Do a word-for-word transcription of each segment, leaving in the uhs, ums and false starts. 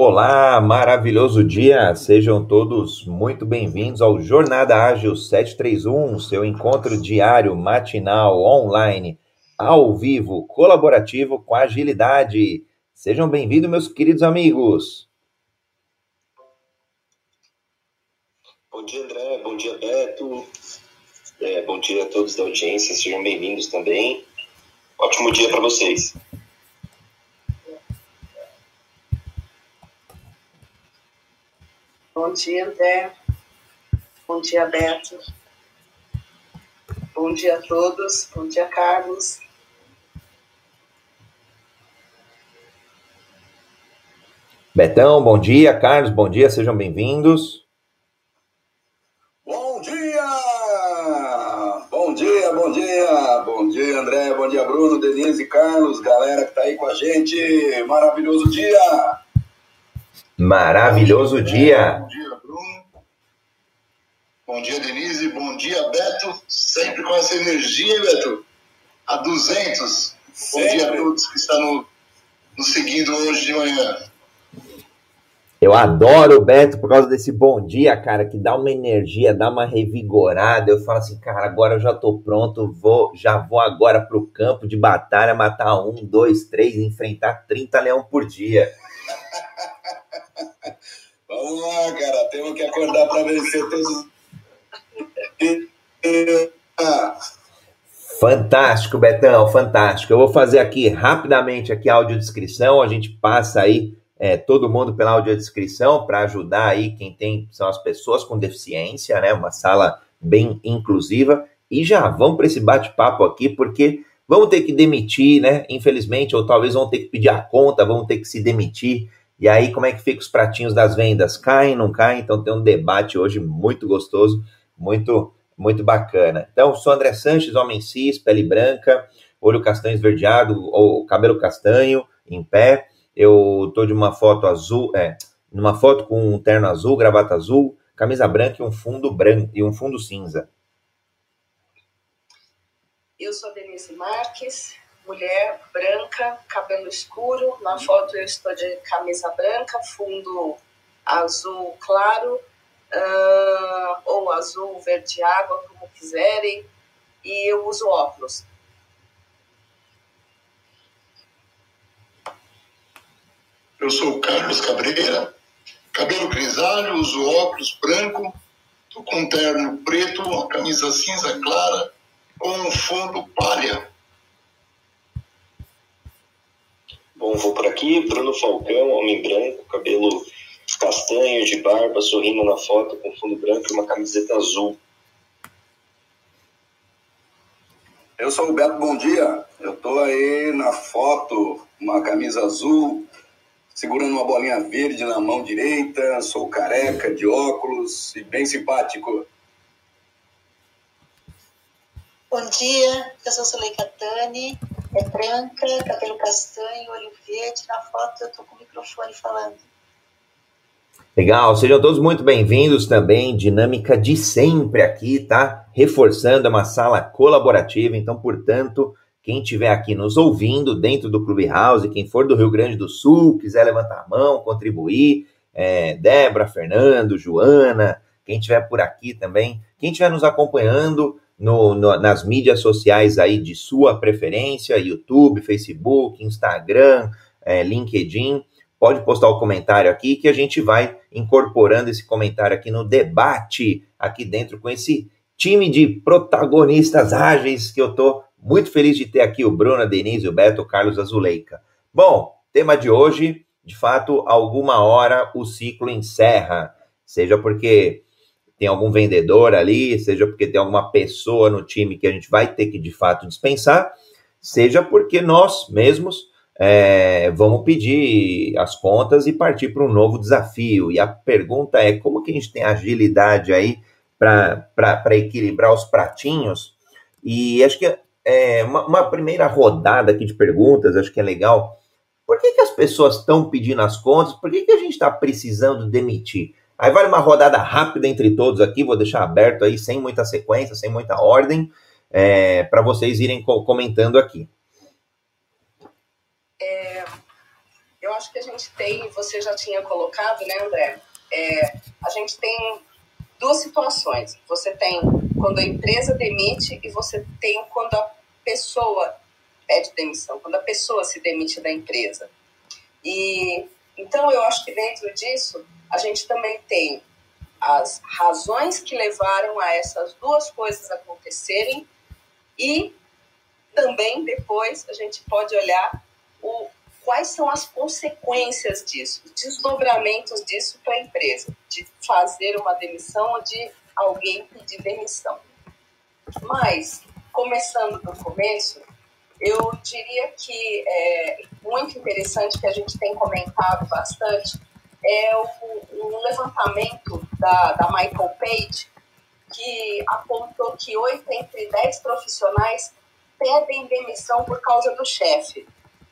Olá, maravilhoso dia! Sejam todos muito bem-vindos ao Jornada Ágil setecentos e trinta e um, seu encontro diário, matinal, online, ao vivo, colaborativo com agilidade. Sejam bem-vindos, meus queridos amigos! Bom dia, André. Bom dia, Beto. É, bom dia a todos da audiência. Sejam bem-vindos também. Ótimo dia para vocês. Bom dia, André. Bom dia, Beto. Bom dia a todos. Bom dia, Carlos. Betão, bom dia. Carlos, bom dia. Sejam bem-vindos. Bom dia! Bom dia, bom dia! Bom dia, André. Bom dia, Bruno, Denise, Carlos, galera que tá aí com a gente. Maravilhoso dia! Maravilhoso bom dia! Bom dia, Bruno. Bom dia, Denise. Bom dia, Beto. Sempre com essa energia, hein, Beto? A duzentos. Bom dia a todos que estão no, nos seguindo hoje de manhã. Eu adoro o Beto por causa desse bom dia, cara, que dá uma energia, dá uma revigorada. Eu falo assim, cara, agora eu já tô pronto, vou, já vou agora pro campo de batalha, matar um, dois, três, enfrentar trinta leão por dia. Vamos lá, cara, temos que acordar para vencer todos. Fantástico, Betão, fantástico. Eu vou fazer aqui rapidamente aqui a audiodescrição, a gente passa aí é, todo mundo pela audiodescrição para ajudar aí quem tem, são as pessoas com deficiência, né? Uma sala bem inclusiva. E já vamos para esse bate-papo aqui, porque vamos ter que demitir, né? Infelizmente, ou talvez vamos ter que pedir a conta, vamos ter que se demitir. E aí, como é que fica os pratinhos das vendas? Caem, não caem? Então tem um debate hoje muito gostoso, muito, muito bacana. Então, sou André Sanches, homem cis, pele branca, olho castanho esverdeado, ou cabelo castanho, em pé. Eu tô de uma foto azul, é, numa foto com um terno azul, gravata azul, camisa branca e um fundo branco e um fundo cinza. Eu sou Denise Marques, mulher branca, cabelo escuro. Na foto eu estou de camisa branca, fundo azul claro, uh, ou azul verde água, como quiserem. E eu uso óculos. Eu sou o Carlos Cabreira, cabelo grisalho, uso óculos branco, tô com um terno preto, uma camisa cinza clara com um fundo palha. Bom, vou por aqui. Bruno Falcão, homem branco, cabelo castanho, de barba, sorrindo na foto com fundo branco e uma camiseta azul. Eu sou o Beto, bom dia. Eu tô aí na foto, uma camisa azul, segurando uma bolinha verde na mão direita, sou careca, de óculos e bem simpático. Bom dia, eu sou Suleika Tani, é branca, cabelo castanho, olho verde. Na foto eu tô com o microfone falando. Legal, sejam todos muito bem-vindos também, dinâmica de sempre aqui, tá? Reforçando, é uma sala colaborativa, então, portanto, quem estiver aqui nos ouvindo dentro do Clubhouse, quem for do Rio Grande do Sul, quiser levantar a mão, contribuir, é, Débora, Fernando, Joana, quem estiver por aqui também, quem estiver nos acompanhando no, no, nas mídias sociais aí de sua preferência, YouTube, Facebook, Instagram, é, LinkedIn, pode postar o comentário aqui que a gente vai incorporando esse comentário aqui no debate, aqui dentro com esse time de protagonistas ágeis que eu tô muito feliz de ter aqui o Bruno, a Denise, o Beto, o Carlos, a Zuleika. Bom, tema de hoje, de fato, alguma hora o ciclo encerra, seja porque tem algum vendedor ali, seja porque tem alguma pessoa no time que a gente vai ter que, de fato, dispensar, seja porque nós mesmos é, vamos pedir as contas e partir para um novo desafio. E a pergunta é, como que a gente tem agilidade aí para equilibrar os pratinhos? E acho que é uma, uma primeira rodada aqui de perguntas, acho que é legal. Por que que as pessoas estão pedindo as contas? Por que que a gente está precisando demitir? Aí vale uma rodada rápida entre todos aqui, vou deixar aberto aí, sem muita sequência, sem muita ordem, é, para vocês irem co- comentando aqui. É, eu acho que a gente tem, você já tinha colocado, né, André? É, a gente tem duas situações. Você tem quando a empresa demite e você tem quando a pessoa pede demissão, quando a pessoa se demite da empresa. E então eu acho que dentro disso a gente também tem as razões que levaram a essas duas coisas acontecerem e também depois a gente pode olhar o, quais são as consequências disso, os desdobramentos disso para a empresa, de fazer uma demissão ou de alguém pedir demissão. Mas, começando do começo, eu diria que é muito interessante, que a gente tem comentado bastante, é o, um levantamento da, da Michael Page, que apontou que oito entre dez profissionais pedem demissão por causa do chefe.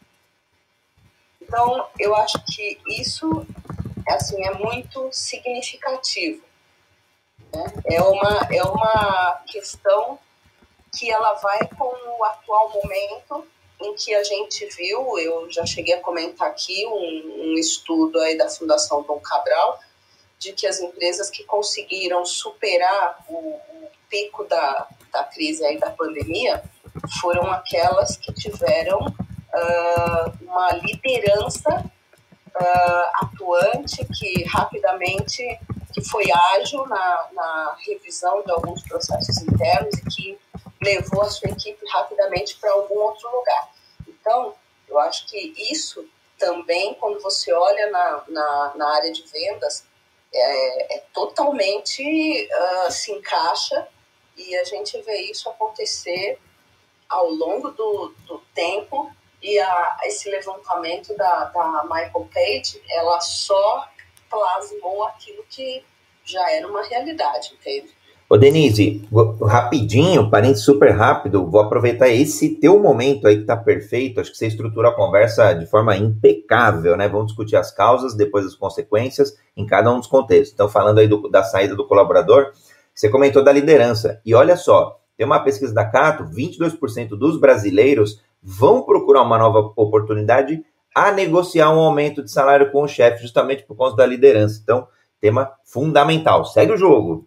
Então, eu acho que isso assim, é muito significativo, né? É uma, é uma questão que ela vai com o atual momento em que a gente viu, eu já cheguei a comentar aqui, um, um estudo aí da Fundação Dom Cabral, de que as empresas que conseguiram superar o, o pico da, da crise aí da pandemia foram aquelas que tiveram uh, uma liderança uh, atuante, que rapidamente, que foi ágil na, na revisão de alguns processos internos e que levou a sua equipe rapidamente para algum outro lugar. Então, eu acho que isso também, quando você olha na, na, na área de vendas, é, é totalmente uh, se encaixa, e a gente vê isso acontecer ao longo do, do tempo, e a, esse levantamento da, da Michael Page, ela só plasmou aquilo que já era uma realidade, entende? Ô Denise, vou, rapidinho, parênteses super rápido, vou aproveitar esse teu momento aí que tá perfeito, acho que você estrutura a conversa de forma impecável, né? Vamos discutir as causas, depois as consequências, em cada um dos contextos. Então, falando aí do, da saída do colaborador, você comentou da liderança, e olha só, tem uma pesquisa da Cato, vinte e dois por cento dos brasileiros vão procurar uma nova oportunidade a negociar um aumento de salário com o chefe, justamente por conta da liderança. Então, tema fundamental. Segue o jogo.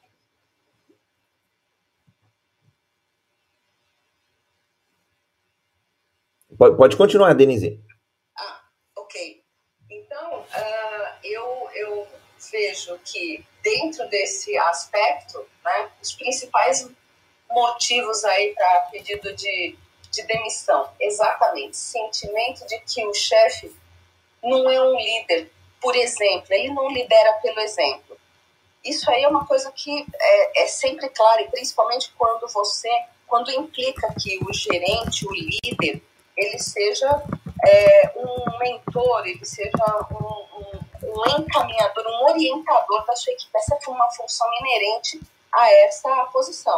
Pode continuar, Denise. Ah, ok. Então, uh, eu, eu vejo que dentro desse aspecto, né, os principais motivos aí para pedido de, de demissão, exatamente, sentimento de que o chefe não é um líder, por exemplo, ele não lidera pelo exemplo. Isso aí é uma coisa que é, é sempre claro, e principalmente quando você, quando implica que o gerente, o líder, ele seja é, um mentor, ele seja um, um, um encaminhador, um orientador da sua equipe. Essa é uma função inerente a essa posição.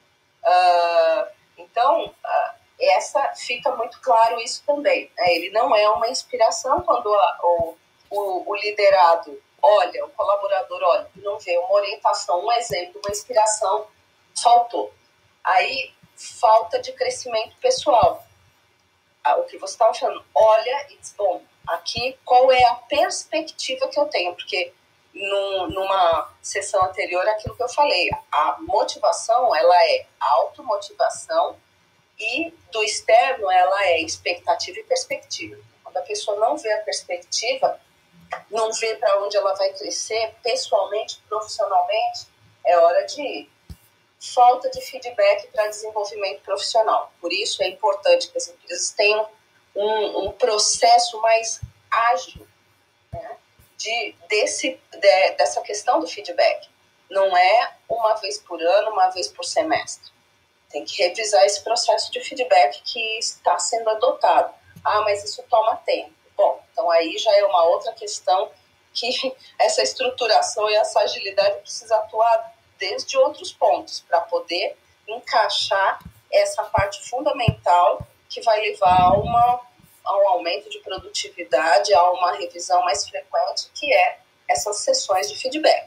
Uh, então, uh, essa fica muito claro isso também, né? Ele não é uma inspiração quando a, o, o, o liderado olha, o colaborador olha, não vê uma orientação, um exemplo, uma inspiração, faltou. Aí, falta de crescimento pessoal. O que você estava falando, olha e diz, bom, aqui qual é a perspectiva que eu tenho, porque num, numa sessão anterior, aquilo que eu falei, a motivação, ela é automotivação, e do externo, ela é expectativa e perspectiva. Quando a pessoa não vê a perspectiva, não vê para onde ela vai crescer, pessoalmente, profissionalmente, é hora de ir. Falta de feedback para desenvolvimento profissional. Por isso é importante que as empresas tenham um, um processo mais ágil, né, de, desse, de, dessa questão do feedback. Não é uma vez por ano, uma vez por semestre. Tem que revisar esse processo de feedback que está sendo adotado. Ah, mas isso toma tempo. Bom, então aí já é uma outra questão que essa estruturação e essa agilidade precisa atuar desde outros pontos, para poder encaixar essa parte fundamental que vai levar a, uma, a um aumento de produtividade, a uma revisão mais frequente, que é essas sessões de feedback.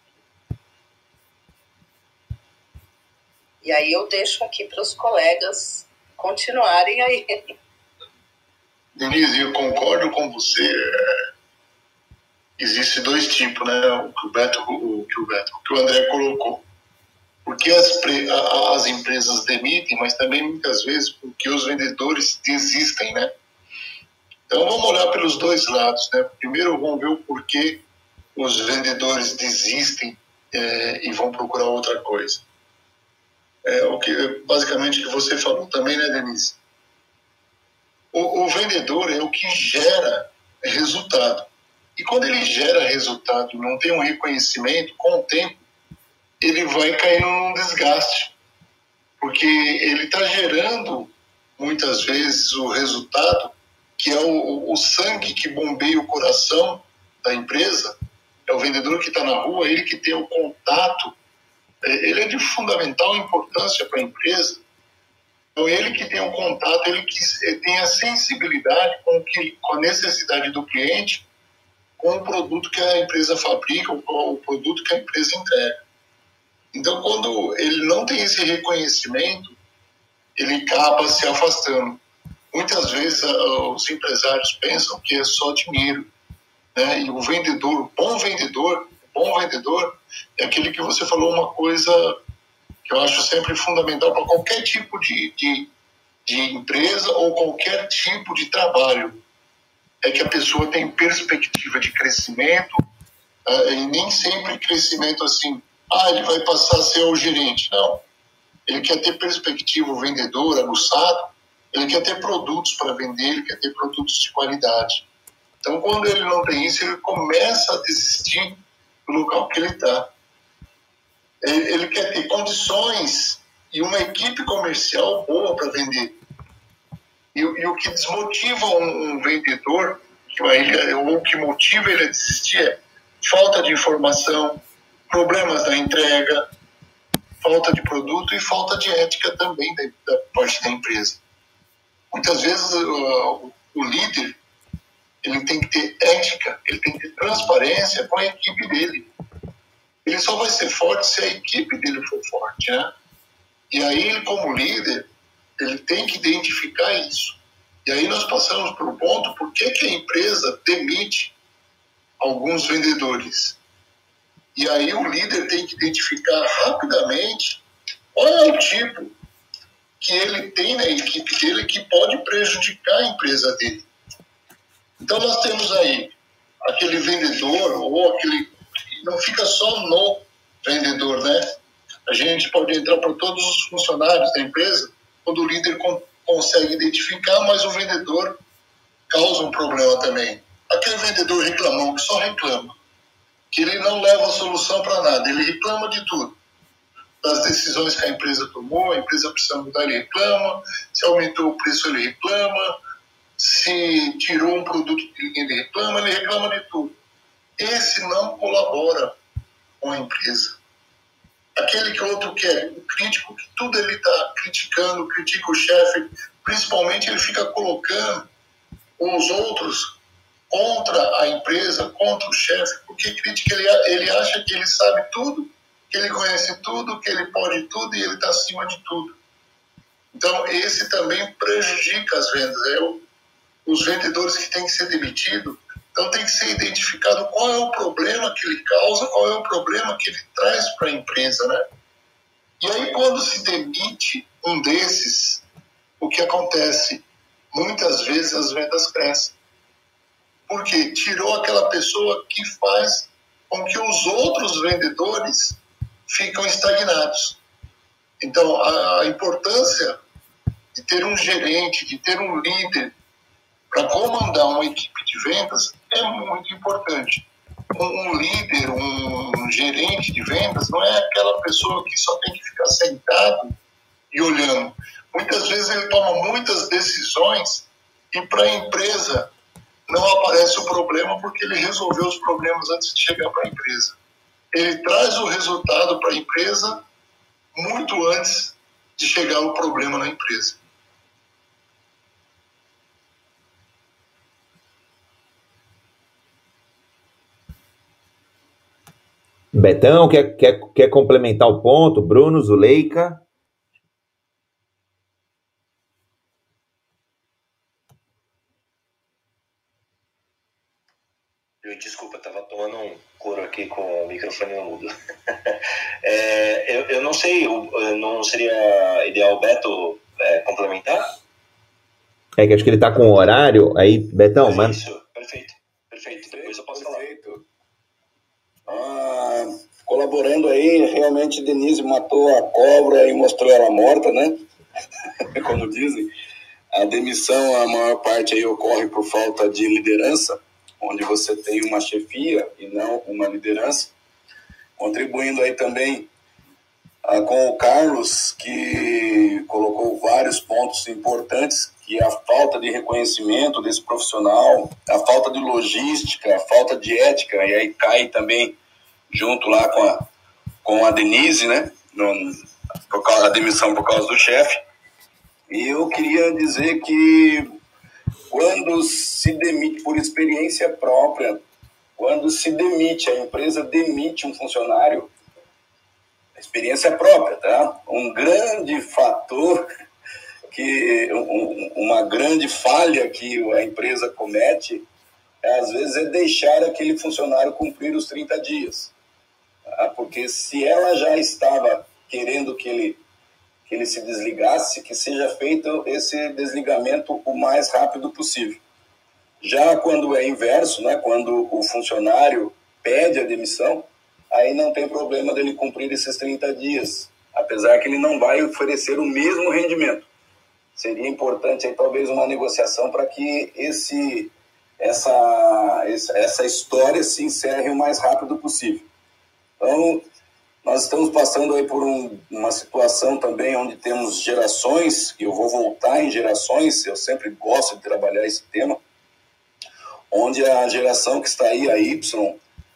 E aí eu deixo aqui para os colegas continuarem aí. Denise, eu concordo com você. É, existe dois tipos, né? O que o Beto, o que o, Beto, o, que o André colocou. Porque as, as empresas demitem, mas também muitas vezes porque os vendedores desistem, né? Então vamos olhar pelos dois lados, né? Primeiro vamos ver o porquê os vendedores desistem é, e vão procurar outra coisa. É, o que, basicamente, o que você falou também, né, Denise? O, o vendedor é o que gera resultado. E quando ele gera resultado e não tem um reconhecimento, com o tempo, ele vai cair num desgaste. Porque ele está gerando, muitas vezes, o resultado, que é o, o sangue que bombeia o coração da empresa, é o vendedor que está na rua, ele que tem o contato, ele é de fundamental importância para a empresa. Então, ele que tem o contato, ele que tem a sensibilidade com, que, com a necessidade do cliente, com o produto que a empresa fabrica, ou o produto que a empresa entrega. Então, quando ele não tem esse reconhecimento, ele acaba se afastando. Muitas vezes, os empresários pensam que é só dinheiro, né? E o vendedor, o bom vendedor, o bom vendedor é aquele que você falou uma coisa que eu acho sempre fundamental para qualquer tipo de, de, de empresa ou qualquer tipo de trabalho. É que a pessoa tem perspectiva de crescimento, uh, e nem sempre crescimento assim, ah, ele vai passar a ser o gerente. Não. Ele quer ter perspectiva, o vendedor, aguçado, ele quer ter produtos para vender, ele quer ter produtos de qualidade. Então, quando ele não tem isso, ele começa a desistir do local que ele está. Ele, ele quer ter condições e uma equipe comercial boa para vender. E, e o que desmotiva um, um vendedor, que, ele, ou o que motiva ele a desistir é falta de informação, problemas da entrega, falta de produto e falta de ética também da, da parte da empresa. Muitas vezes uh, o líder ele tem que ter ética, ele tem que ter transparência com a equipe dele. Ele só vai ser forte se a equipe dele for forte, né? E aí ele, como líder, ele tem que identificar isso. E aí nós passamos para o ponto por que que a empresa demite alguns vendedores. E aí o líder tem que identificar rapidamente qual é o tipo que ele tem na equipe dele que pode prejudicar a empresa dele. Então nós temos aí aquele vendedor ou aquele... Não fica só no vendedor, né? A gente pode entrar para todos os funcionários da empresa quando o líder con- consegue identificar, mas o vendedor causa um problema também. Aquele vendedor reclamão que só reclama, que ele não leva solução para nada, ele reclama de tudo. Das decisões que a empresa tomou, a empresa precisa mudar, ele reclama. Se aumentou o preço, ele reclama. Se tirou um produto de linha, ele reclama, ele reclama de tudo. Esse não colabora com a empresa. Aquele que o outro quer, o crítico, que tudo ele está criticando, critica o chefe, principalmente ele fica colocando os outros contra a empresa, contra o chefe, porque crítica, ele, ele acha que ele sabe tudo, que ele conhece tudo, que ele pode tudo e ele está acima de tudo. Então, esse também prejudica as vendas. É o, os vendedores que têm que ser demitidos, então tem que ser identificado qual é o problema que ele causa, qual é o problema que ele traz para a empresa, né? E aí, quando se demite um desses, o que acontece? Muitas vezes as vendas crescem. Porque tirou aquela pessoa que faz com que os outros vendedores ficam estagnados. Então, a, a importância de ter um gerente, de ter um líder para comandar uma equipe de vendas é muito importante. Um, um líder, um, um gerente de vendas não é aquela pessoa que só tem que ficar sentado e olhando. Muitas vezes ele toma muitas decisões e para a empresa não aparece o problema porque ele resolveu os problemas antes de chegar para a empresa. Ele traz o resultado para a empresa muito antes de chegar o problema na empresa. Betão, quer, quer, quer complementar o ponto? Bruno, Zuleika? tomando um couro aqui com o microfone no mudo. é, eu, eu não sei, não seria ideal o Beto é, complementar? É que acho que ele tá com horário, aí, Betão, mano. Isso, perfeito, perfeito, depois eu posso falar. Perfeito. Ah, colaborando aí, realmente Denise matou a cobra e mostrou ela morta, né? Como dizem. A demissão, a maior parte aí ocorre por falta de liderança, onde você tem uma chefia e não uma liderança. Contribuindo aí também ah, com o Carlos, que colocou vários pontos importantes, que é a falta de reconhecimento desse profissional, a falta de logística, a falta de ética, e aí cai também junto lá com a, com a Denise, né? No, por causa da demissão por causa do chefe. E eu queria dizer que quando se demite, por experiência própria, quando se demite, a empresa demite um funcionário, experiência própria, tá? Um grande fator, que, um, uma grande falha que a empresa comete, às vezes é deixar aquele funcionário cumprir os trinta dias. Tá? Porque se ela já estava querendo que ele que ele se desligasse, que seja feito esse desligamento o mais rápido possível. Já quando é inverso, né, quando o funcionário pede a demissão, aí não tem problema dele cumprir esses trinta dias, apesar que ele não vai oferecer o mesmo rendimento. Seria importante aí, talvez uma negociação para que esse, essa, essa história se encerre o mais rápido possível. Então, nós estamos passando aí por um, uma situação também onde temos gerações, e eu vou voltar em gerações, eu sempre gosto de trabalhar esse tema, onde a geração que está aí, a Y,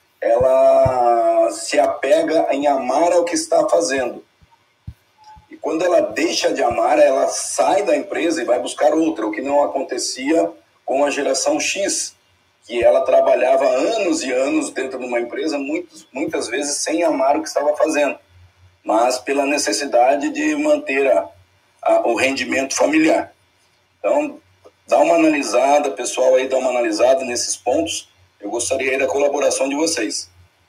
ela se apega em amar ao que está fazendo. E quando ela deixa de amar, ela sai da empresa e vai buscar outra, o que não acontecia com a geração X, que ela trabalhava anos e anos dentro de uma empresa, muitos, muitas vezes sem amar o que estava fazendo, mas pela necessidade de manter a, a, o rendimento familiar. Então, dá uma analisada, pessoal aí, dá uma analisada nesses pontos. Eu gostaria aí da colaboração de vocês.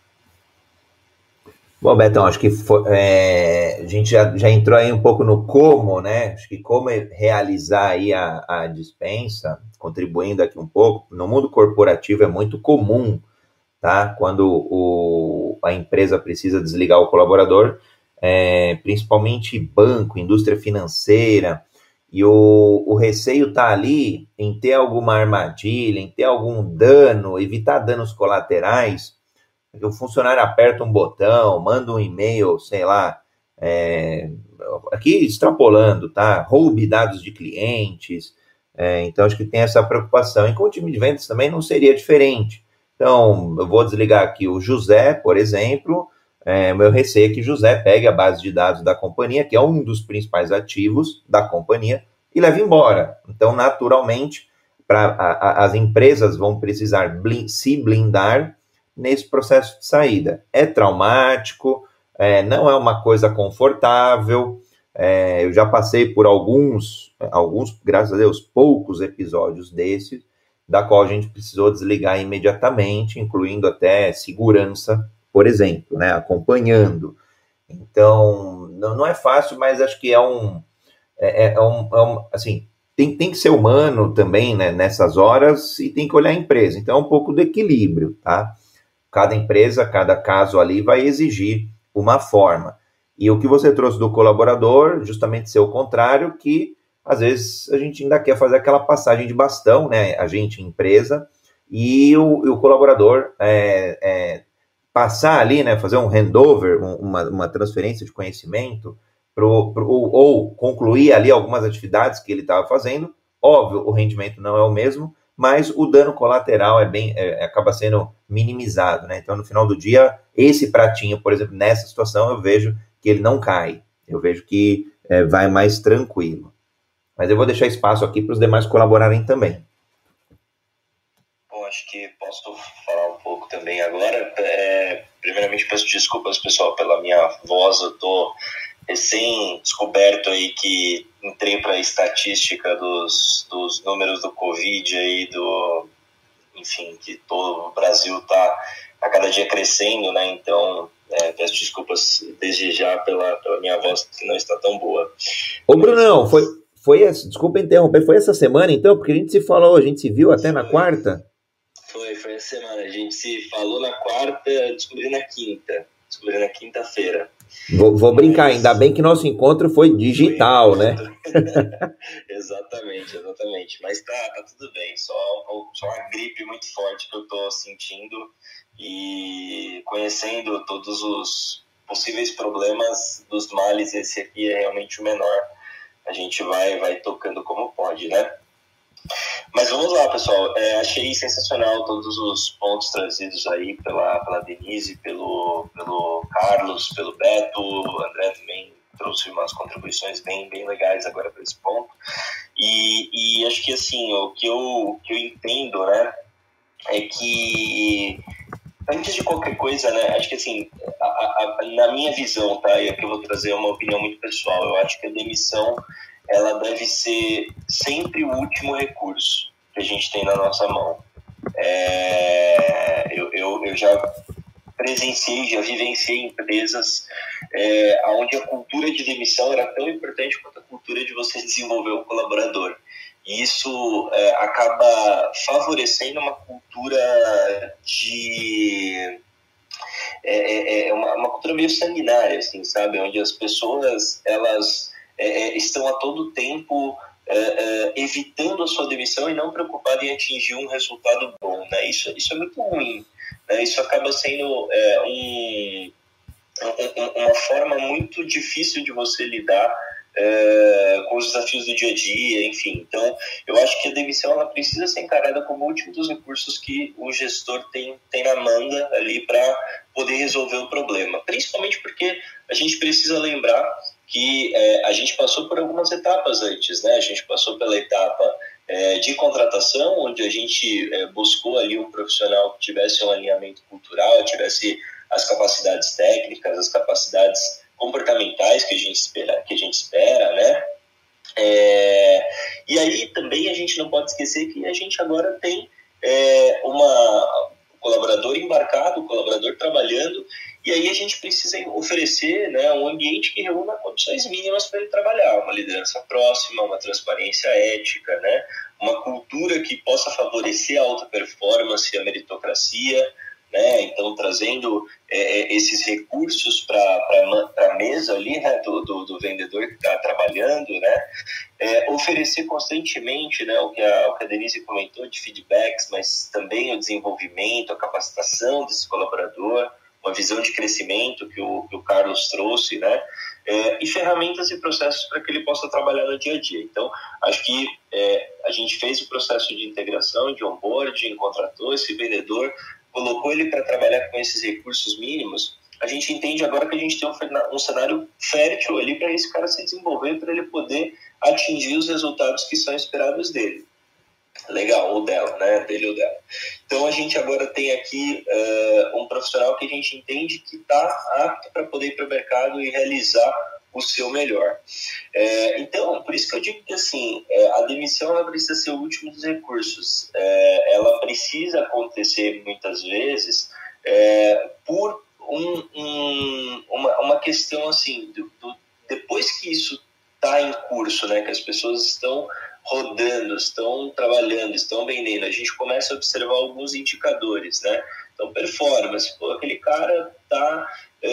Bom, Betão, acho que foi, é, a gente já, já entrou aí um pouco no como, né? Acho que como realizar aí a, a dispensa, contribuindo aqui um pouco. No mundo corporativo é muito comum, tá? Quando o, a empresa precisa desligar o colaborador, é, principalmente banco, indústria financeira, e o, o receio está ali em ter alguma armadilha, em ter algum dano, evitar danos colaterais. O funcionário aperta um botão, manda um e-mail, sei lá, é, aqui extrapolando, tá? Roube dados de clientes, é, então acho que tem essa preocupação. E com o time de vendas também não seria diferente. Então, eu vou desligar aqui o José, por exemplo, é, meu receio é que José pegue a base de dados da companhia, que é um dos principais ativos da companhia, e leve embora. Então, naturalmente, pra, a, a, as empresas vão precisar blind, se blindar nesse processo de saída. É traumático, é, não é uma coisa confortável, é, eu já passei por alguns, alguns, graças a Deus, poucos episódios desses, da qual a gente precisou desligar imediatamente, incluindo até segurança, por exemplo, né, acompanhando. Então, não, não é fácil, mas acho que é um, é, é um, é um assim, tem, tem que ser humano também, né, nessas horas, e tem que olhar a empresa. Então, é um pouco do equilíbrio, tá? Cada empresa, cada caso ali vai exigir uma forma. E o que você trouxe do colaborador, justamente ser o contrário, que às vezes a gente ainda quer fazer aquela passagem de bastão, né? A gente, empresa, e o, e o colaborador é, é, passar ali, né? Fazer um handover, uma, uma transferência de conhecimento, pro, pro, ou, ou concluir ali algumas atividades que ele estava fazendo. Óbvio, o rendimento não é o mesmo, mas o dano colateral é bem, é, acaba sendo minimizado, né? Então, no final do dia, esse pratinho, por exemplo, nessa situação, eu vejo que ele não cai. Eu vejo que é, vai mais tranquilo. Mas eu vou deixar espaço aqui para os demais colaborarem também. Bom, acho que posso falar um pouco também agora. É, primeiramente, peço desculpas, pessoal, pela minha voz. Eu tô recém-descoberto aí que entrei para a estatística dos, dos números do Covid aí, do, enfim, que todo o Brasil está a cada dia crescendo, né? Então, é, peço desculpas desde já pela, pela minha voz que não está tão boa. Ô, Brunão, foi, foi essa, desculpa interromper, foi essa semana então? Porque a gente se falou, a gente se viu até na quarta? Foi, foi essa semana. A gente se falou na quarta, descobri na quinta. Descobri na quinta-feira. Vou, vou brincar, Mas... ainda bem que nosso encontro foi digital, foi né? Exatamente, exatamente. Mas tá, tá tudo bem. Só, só uma gripe muito forte que eu tô sentindo e conhecendo todos os possíveis problemas dos males, esse aqui é realmente o menor. A gente vai, vai tocando como pode, né? Mas vamos lá, pessoal. É, achei sensacional todos os pontos trazidos aí pela, pela Denise, pelo, pelo Carlos, pelo Beto. O André também trouxe umas contribuições bem, bem legais agora para esse ponto. E, e acho que, assim, o que eu, o que eu entendo, né, é que, antes de qualquer coisa, né, acho que, assim, a, a, na minha visão, tá, e aqui eu vou trazer uma opinião muito pessoal, eu acho que a demissão, ela deve ser sempre o último recurso que a gente tem na nossa mão. É, eu, eu, eu já presenciei, já vivenciei empresas é, onde a cultura de demissão era tão importante quanto a cultura de você desenvolver o colaborador. E isso é, acaba favorecendo uma cultura de... É, é uma, uma cultura meio sanguinária, assim, sabe? Onde as pessoas, elas... É, estão a todo tempo é, é, evitando a sua demissão e não preocupadas em atingir um resultado bom, né? Isso, isso é muito ruim, né? Isso acaba sendo é, um, um, uma forma muito difícil de você lidar é, com os desafios do dia a dia, enfim. Então, eu acho que a demissão ela precisa ser encarada como o último dos recursos que o gestor tem, tem na manga ali para poder resolver o problema. Principalmente porque a gente precisa lembrar que é, a gente passou por algumas etapas antes, né? A gente passou pela etapa é, de contratação, onde a gente é, buscou ali um profissional que tivesse um alinhamento cultural, tivesse as capacidades técnicas, as capacidades comportamentais que a gente espera, que a gente espera, né? É, e aí também a gente não pode esquecer que a gente agora tem é, uma colaborador embarcado, colaborador trabalhando, e aí a gente precisa oferecer, né, um ambiente que reúna condições mínimas para ele trabalhar, uma liderança próxima, uma transparência ética, né, uma cultura que possa favorecer a alta performance e a meritocracia, né, então trazendo é, esses recursos para a mesa ali, né, do, do, do vendedor que está trabalhando, né, é, oferecer constantemente, né, o, que a, o que a Denise comentou de feedbacks, mas também o desenvolvimento, a capacitação desse colaborador, uma visão de crescimento que o, que o Carlos trouxe, né, é, e ferramentas e processos para que ele possa trabalhar no dia a dia. Então, acho que é, a gente fez o processo de integração, de onboarding, contratou esse vendedor, colocou ele para trabalhar com esses recursos mínimos. A gente entende agora que a gente tem um, um cenário fértil ali para esse cara se desenvolver, para ele poder atingir os resultados que são esperados dele. Legal, ou dela, né? Dele ou dela. Então a gente agora tem aqui uh, um profissional que a gente entende que está apto para poder ir para o mercado e realizar o seu melhor. É, então, por isso que eu digo que assim, é, a demissão ela precisa ser o último dos recursos. É, ela precisa acontecer muitas vezes é, por um, um, uma, uma questão assim, do, do, depois que isso está em curso, né, que as pessoas estão rodando, estão trabalhando, estão vendendo, a gente começa a observar alguns indicadores, né? Então, performance, pô, aquele cara está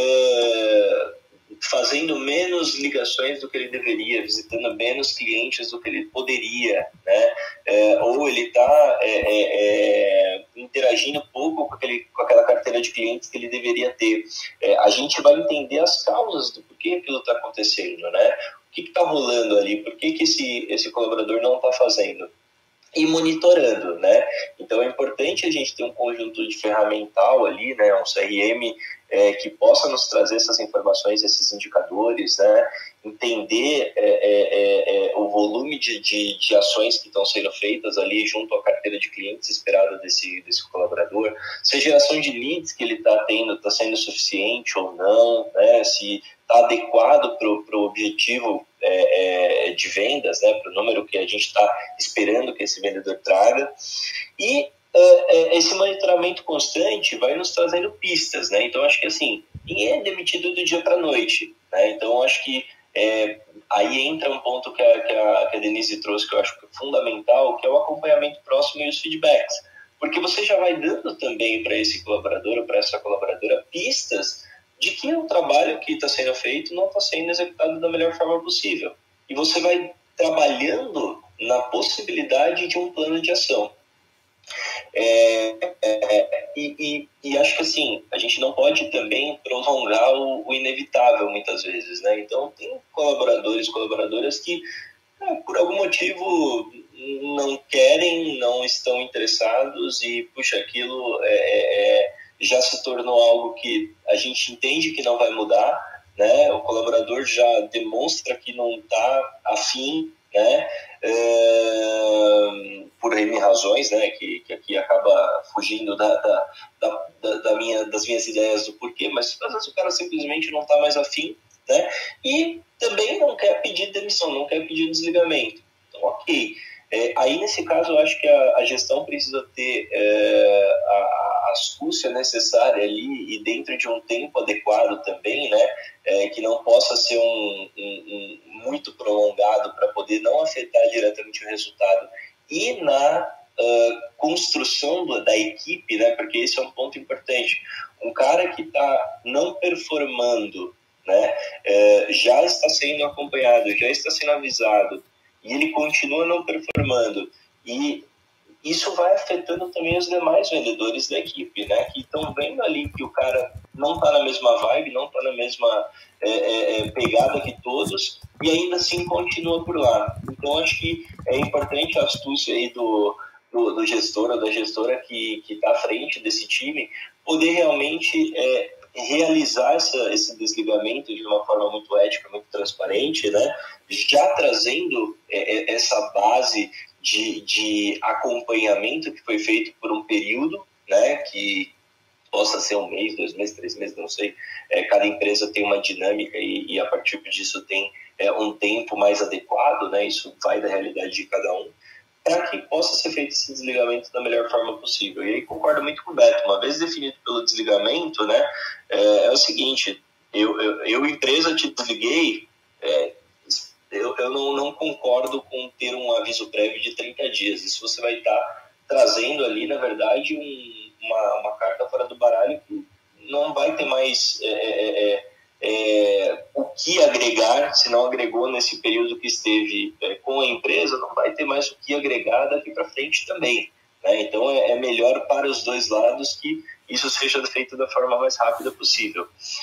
é, fazendo menos ligações do que ele deveria, visitando menos clientes do que ele poderia, né? É, ou ele está é, é, é, interagindo pouco com, aquele, com aquela carteira de clientes que ele deveria ter. É, a gente vai entender as causas do porquê aquilo está acontecendo, né? O que está rolando ali? Por que, que esse, esse colaborador não está fazendo? E monitorando, né? Então é importante a gente ter um conjunto de ferramental ali, né? Um C R M é, que possa nos trazer essas informações, esses indicadores, né? Entender é, é, é, o volume de, de, de ações que estão sendo feitas ali junto à carteira de clientes esperada desse, desse colaborador, se a geração de leads que ele está tendo está sendo suficiente ou não, né? Se está adequado para o objetivo é, é, de vendas, né? Para o número que a gente está esperando que esse vendedor traga. E é, é, esse monitoramento constante vai nos trazendo pistas, né? Então, acho que assim, ninguém é demitido do dia para a noite, né? Então, acho que é, aí entra um ponto que a, que, a, que a Denise trouxe, que eu acho que é fundamental, que é o acompanhamento próximo e os feedbacks. Porque você já vai dando também para esse colaborador ou para essa colaboradora pistas de que o trabalho que está sendo feito não está sendo executado da melhor forma possível. E você vai trabalhando na possibilidade de um plano de ação. É, é, e, e, e acho que assim, a gente não pode também prolongar o, o inevitável muitas vezes, né? Então tem colaboradores, colaboradoras que é, por algum motivo não querem, não estão interessados e puxa, aquilo é, é, já se tornou algo que a gente entende que não vai mudar, né? O colaborador já demonstra que não está afim, né? É, por N razões, né? Que, que aqui acaba fugindo da, da, da, da minha, das minhas ideias do porquê, mas às vezes o cara simplesmente não está mais afim, né? E também não quer pedir demissão, não quer pedir desligamento. Então, ok. É, aí, nesse caso, eu acho que a, a gestão precisa ter é, a, a astúcia necessária ali e dentro de um tempo adequado também, né? É, que não possa ser um, um, um muito prolongado para poder não afetar diretamente o resultado. E na uh, construção do, da equipe, né? Porque esse é um ponto importante. Um cara que está não performando, né? É, já está sendo acompanhado, já está sendo avisado, e ele continua não performando, e isso vai afetando também os demais vendedores da equipe, né, que estão vendo ali que o cara não está na mesma vibe, não está na mesma é, é, pegada que todos, e ainda assim continua por lá. Então acho que é importante a astúcia aí do, do, do gestor ou da gestora que está à frente desse time, poder realmente é, realizar essa, esse desligamento de uma forma muito ética, muito transparente, né? Já trazendo é, essa base de, de acompanhamento que foi feito por um período, né? Que possa ser um mês, dois meses, três meses, não sei. É, cada empresa tem uma dinâmica e, e a partir disso tem é, um tempo mais adequado, né? Isso vai da realidade de cada um, para que possa ser feito esse desligamento da melhor forma possível. E aí concordo muito com o Beto. Uma vez definido pelo desligamento, né, é, é o seguinte, eu, eu, eu empresa te desliguei, é, eu, eu não, não concordo com ter um aviso prévio de trinta dias. Isso você vai estar trazendo ali, na verdade, um, uma, uma carta fora do baralho que não vai ter mais é, é, é, o que agregar, se não agregou nesse período que esteve é, com a empresa, não vai ter mais o que agregar daqui para frente também, né? Então é, é melhor para os dois lados que isso seja feito da forma mais rápida possível.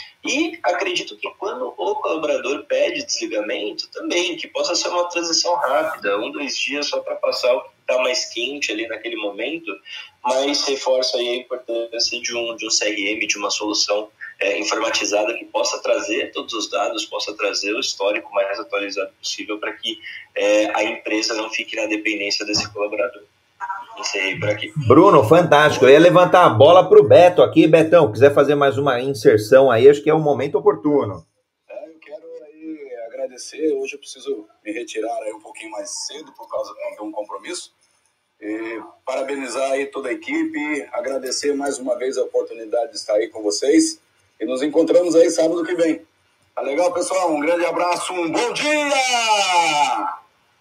E acredito que quando o colaborador pede desligamento também, que possa ser uma transição rápida, um, dois dias só para passar o que está mais quente ali naquele momento, mas reforça aí a importância de um, de um C R M, de uma solução é, informatizada que possa trazer todos os dados, possa trazer o histórico mais atualizado possível para que é, a empresa não fique na dependência desse colaborador. Encerrei por aqui. Bruno, fantástico. Eu ia levantar a bola para o Beto aqui. Betão, quiser fazer mais uma inserção aí, acho que é o momento oportuno. É, eu quero aí agradecer. Hoje eu preciso me retirar aí um pouquinho mais cedo por causa de um compromisso. E parabenizar aí toda a equipe, agradecer mais uma vez a oportunidade de estar aí com vocês e nos encontramos aí sábado que vem. Tá legal, pessoal? Um grande abraço, um bom dia!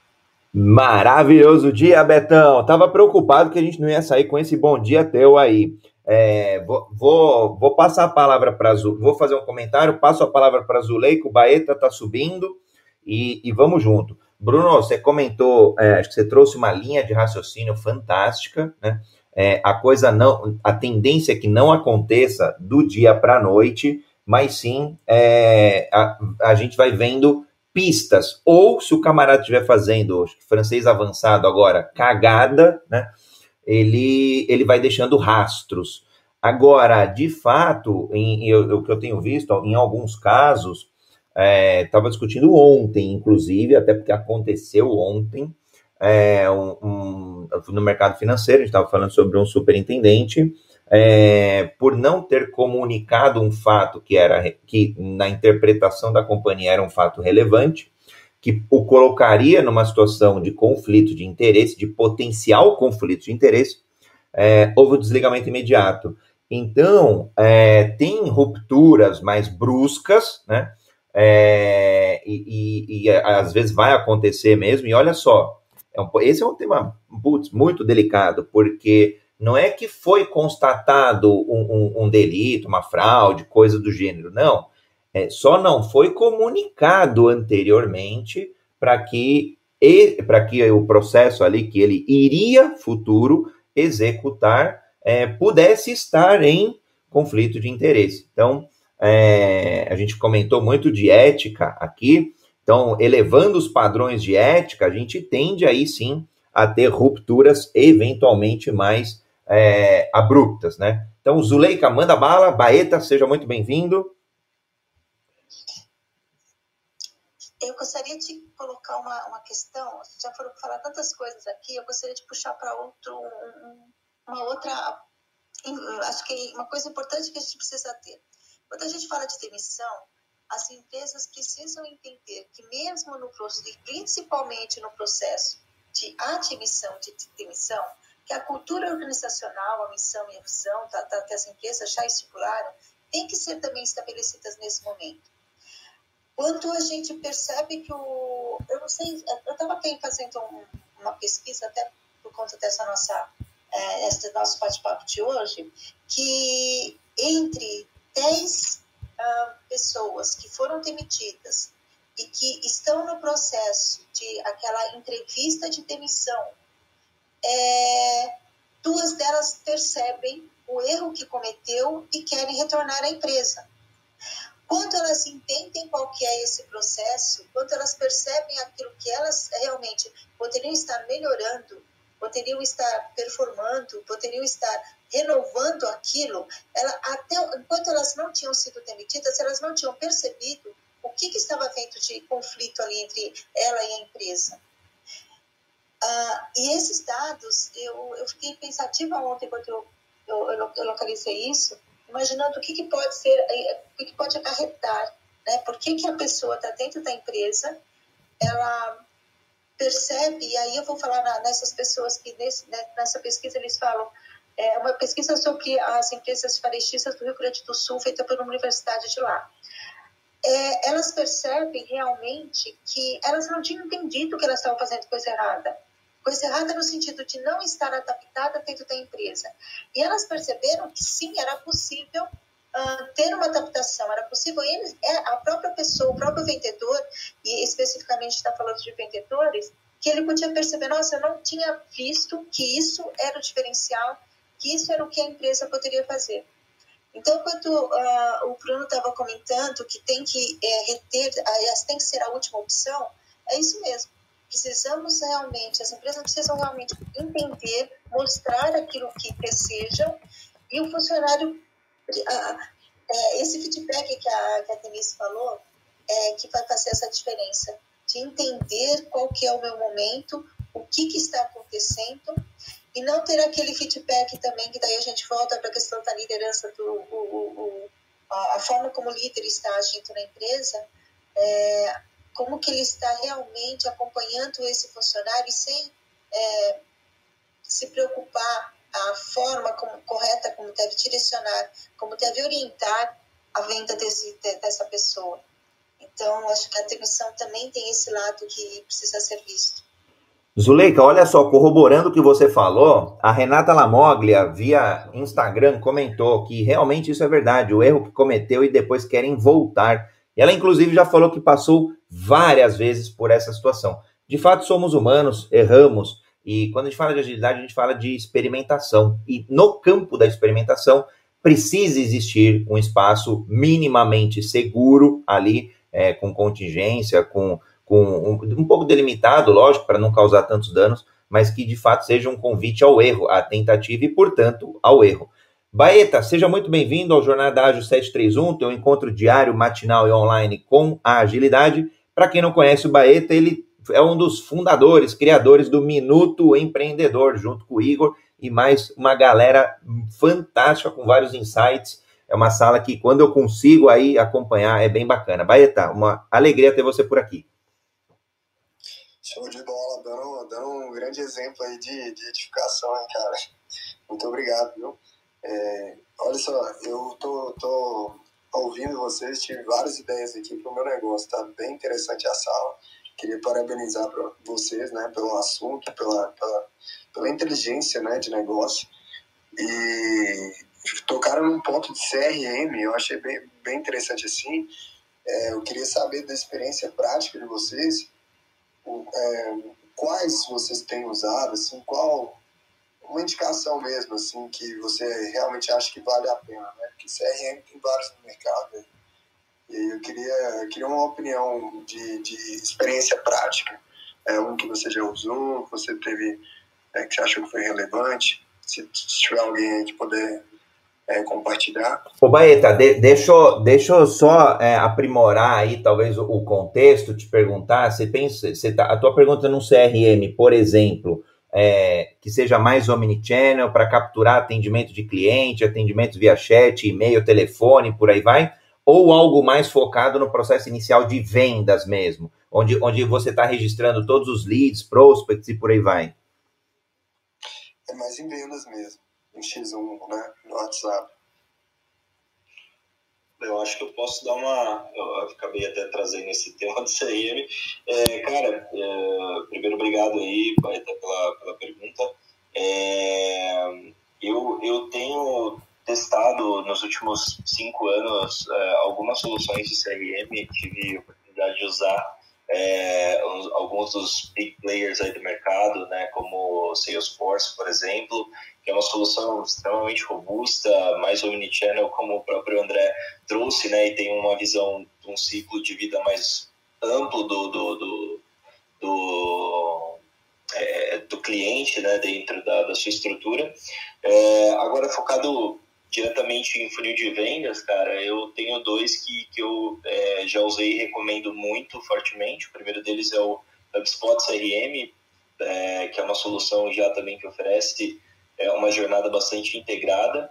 Maravilhoso dia, Betão. Tava preocupado que a gente não ia sair com esse bom dia teu aí. É, vou, vou, vou passar a palavra para Zu, vou fazer um comentário, passo a palavra para Zuleika, o Baeta tá subindo e, e vamos junto. Bruno, você comentou, é, acho que você trouxe uma linha de raciocínio fantástica, né? É, a coisa não, a tendência é que não aconteça do dia para a noite, mas sim é, a, a gente vai vendo pistas, ou se o camarada estiver fazendo, acho que francês avançado agora, cagada, né? Ele, ele vai deixando rastros. Agora, de fato, em, eu, o que eu tenho visto, em alguns casos, estava é, discutindo ontem, inclusive, até porque aconteceu ontem, é, um, um, no mercado financeiro, a gente estava falando sobre um superintendente, é, por não ter comunicado um fato que, era, que na interpretação da companhia era um fato relevante, que o colocaria numa situação de conflito de interesse, de potencial conflito de interesse, é, houve o desligamento imediato. Então, é, tem rupturas mais bruscas, né? É, e, e, e às vezes vai acontecer mesmo, e olha só, é um, esse é um tema putz, muito delicado, porque não é que foi constatado um, um, um delito, uma fraude, coisa do gênero, não. É, só não foi comunicado anteriormente para que, para que o processo ali que ele iria futuro executar é, pudesse estar em conflito de interesse. Então, é, a gente comentou muito de ética aqui, então, elevando os padrões de ética, a gente tende aí sim a ter rupturas eventualmente mais é, abruptas, né? Então, Zuleika, manda bala. Baeta, seja muito bem-vindo. Eu gostaria de colocar uma, uma questão, já foram falar tantas coisas aqui, eu gostaria de puxar para outro, um, uma outra, acho que uma coisa importante que a gente precisa ter. Quando a gente fala de demissão, as empresas precisam entender que mesmo no processo, principalmente no processo de admissão de demissão, que a cultura organizacional, a missão e a visão da, da, que as empresas já estipularam, tem que ser também estabelecidas nesse momento. Quando a gente percebe que o... Eu não sei, eu estava fazendo um, uma pesquisa até por conta dessa nossa, é, esse nosso bate-papo de hoje, que entre dez uh, pessoas que foram demitidas e que estão no processo de aquela entrevista de demissão, é, duas delas percebem o erro que cometeu e querem retornar à empresa. Quando elas entendem qual que é esse processo, quando elas percebem aquilo que elas realmente poderiam estar melhorando, poderiam estar performando, poderiam estar renovando aquilo, ela, até enquanto elas não tinham sido demitidas, elas não tinham percebido o que, que estava havendo de conflito ali entre ela e a empresa. Ah, e esses dados, eu, eu fiquei pensativa ontem quando eu, eu, eu localizei isso, imaginando o que, que pode ser, o que, que pode acarretar, né? Por que, que a pessoa está dentro da empresa, ela percebe, e aí eu vou falar na, nessas pessoas que nesse, né, nessa pesquisa eles falam, é uma pesquisa sobre as empresas varetistas do Rio Grande do Sul, feita por uma universidade de lá. É, elas percebem realmente que elas não tinham entendido que elas estavam fazendo coisa errada. Coisa errada no sentido de não estar adaptada dentro da empresa. E elas perceberam que sim, era possível uh, ter uma adaptação, era possível, eles, a própria pessoa, o próprio vendedor, e especificamente está falando de vendedores, que ele podia perceber, nossa, eu não tinha visto que isso era o diferencial, que isso era o que a empresa poderia fazer. Então, quando uh, o Bruno estava comentando que tem que é, reter, uh, tem que ser a última opção, é isso mesmo. Precisamos realmente, as empresas precisam realmente entender, mostrar aquilo que desejam, e o funcionário, uh, é, esse feedback que a, que a Denise falou, é que vai fazer essa diferença, de entender qual que é o meu momento, o que, que está acontecendo, e não ter aquele feedback também, que daí a gente volta para a questão da liderança, do, o, o, a, a forma como o líder está agindo na empresa, é, como que ele está realmente acompanhando esse funcionário sem é, se preocupar a forma como, correta como deve direcionar, como deve orientar a venda desse, dessa pessoa. Então, acho que a demissão também tem esse lado que precisa ser visto. Zuleika, olha só, corroborando o que você falou, a Renata Lamoglia, via Instagram, comentou que realmente isso é verdade, o erro que cometeu e depois querem voltar. E ela, inclusive, já falou que passou várias vezes por essa situação. De fato, somos humanos, erramos, e quando a gente fala de agilidade, a gente fala de experimentação. E no campo da experimentação, precisa existir um espaço minimamente seguro ali, é, com contingência, com, com um, um pouco delimitado, lógico, para não causar tantos danos, mas que de fato seja um convite ao erro, à tentativa e, portanto, ao erro. Baeta, seja muito bem-vindo ao Jornada Ágil setecentos e trinta e um, teu encontro diário, matinal e online com a agilidade. Para quem não conhece o Baeta, ele é um dos fundadores, criadores do Minuto Empreendedor, junto com o Igor e mais uma galera fantástica com vários insights. É uma sala que, quando eu consigo aí acompanhar, é bem bacana. Baeta, uma alegria ter você por aqui. Show de bola, dando, dando um grande exemplo aí de, de edificação, hein, cara. Muito obrigado, viu? É, olha só, eu tô, tô ouvindo vocês, tive várias ideias aqui para o meu negócio, tá bem interessante a sala. Queria parabenizar pra vocês, né, pelo assunto, pela, pela, pela inteligência, né, de negócio. E tocaram num ponto de C R M, eu achei bem, bem interessante assim. É, eu queria saber da experiência prática de vocês, o, é, quais vocês têm usado, assim, qual uma indicação mesmo, assim, que você realmente acha que vale a pena, né? Porque C R M tem vários no mercado. Né? E eu queria, eu queria uma opinião de, de experiência prática. É um que você já usou, que você teve, é, que você achou que foi relevante. Se, se tiver alguém aí que puder é, compartilhar. Ô, Baeta, de, deixa, eu, deixa eu só é, aprimorar aí, talvez, o, o contexto, te perguntar. Você pensa, você tá, a tua pergunta num C R M, por exemplo, é, que seja mais omnichannel para capturar atendimento de cliente, atendimento via chat, e-mail, telefone, por aí vai, ou algo mais focado no processo inicial de vendas mesmo, onde, onde você está registrando todos os leads, prospects e por aí vai? É mais em vendas mesmo, em X um, né, no WhatsApp. Eu acho que eu posso dar uma... Eu acabei até trazendo esse tema do C R M. É, cara, é, primeiro, obrigado aí, Baeta, pela, pela pergunta. É, eu, eu tenho testado nos últimos cinco anos é, algumas soluções de C R M. Tive a oportunidade de usar é, alguns dos big players aí do mercado, né, como Salesforce, por exemplo, que é uma solução extremamente robusta, mais omnichannel, como o próprio André trouxe, né, e tem uma visão de um ciclo de vida mais amplo do, do, do, do, é, do cliente, né, dentro da, da sua estrutura. É, agora, focado diretamente em funil de vendas, cara, eu tenho dois que, que eu é, já usei e recomendo muito fortemente. O primeiro deles é o HubSpot C R M, é, que é uma solução já também que oferece é, uma jornada bastante integrada,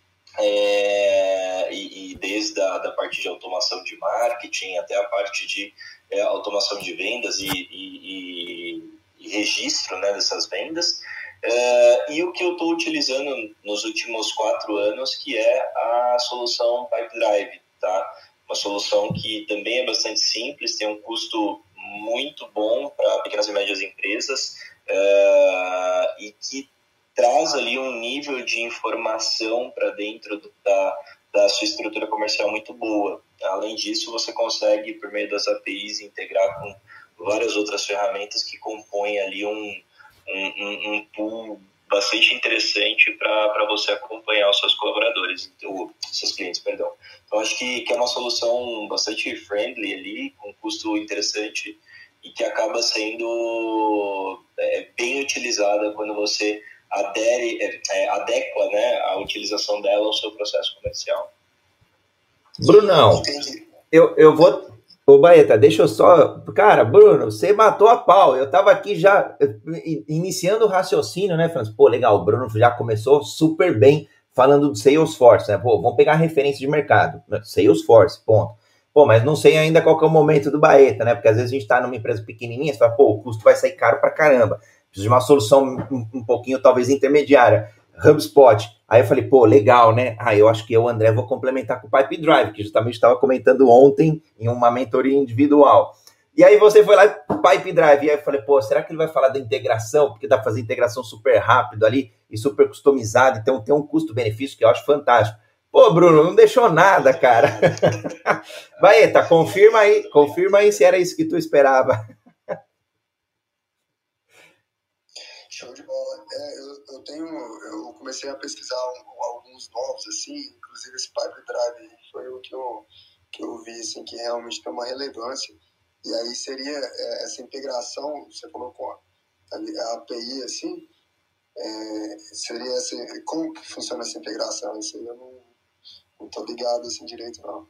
é, e, e desde a da parte de automação de marketing até a parte de é, automação de vendas e, e, e, e registro, né, dessas vendas. Uh, e o que eu estou utilizando nos últimos quatro anos, que é a solução Pipedrive, tá? Uma solução que também é bastante simples, tem um custo muito bom para pequenas e médias empresas uh, e que traz ali um nível de informação para dentro da, da sua estrutura comercial muito boa. Além disso, você consegue, por meio das A P Is, integrar com várias outras ferramentas que compõem ali um Um, um, um pool bastante interessante para você acompanhar os seus colaboradores, ou seus clientes, perdão. Então, acho que, que é uma solução bastante friendly ali, com custo interessante e que acaba sendo é, bem utilizada quando você adere, é, é, adequa, né, a utilização dela ao seu processo comercial. Brunão, eu, eu vou... Ô, Baeta, deixa eu só... Cara, Bruno, você matou a pau. Eu tava aqui já iniciando o raciocínio, né, Francis? Pô, legal, o Bruno já começou super bem falando do Salesforce, né? Pô, vamos pegar a referência de mercado. Salesforce, ponto. Pô, mas não sei ainda qual que é o momento do Baeta, né? Porque às vezes a gente tá numa empresa pequenininha, você fala, pô, o custo vai sair caro pra caramba. Preciso de uma solução um, um pouquinho, talvez, intermediária. HubSpot. Aí eu falei, pô, legal, né? Ah, eu acho que eu, o André, vou complementar com o Pipedrive, que justamente estava comentando ontem em uma mentoria individual. E aí você foi lá, Pipedrive, e aí eu falei, pô, será que ele vai falar da integração? Porque dá para fazer integração super rápido ali e super customizado, então tem um custo-benefício que eu acho fantástico. Pô, Bruno, não deixou nada, cara. Baeta, confirma aí, confirma aí se era isso que tu esperava. Show de bola. É, eu, eu tenho, eu comecei a pesquisar um, alguns novos, assim, inclusive esse Pipedrive foi o que eu, que eu vi, assim, que realmente tem uma relevância. E aí seria é, essa integração, você falou com a, a A P I, assim, é, seria assim, como que funciona essa integração? Isso aí eu não, não tô ligado, assim, direito, não.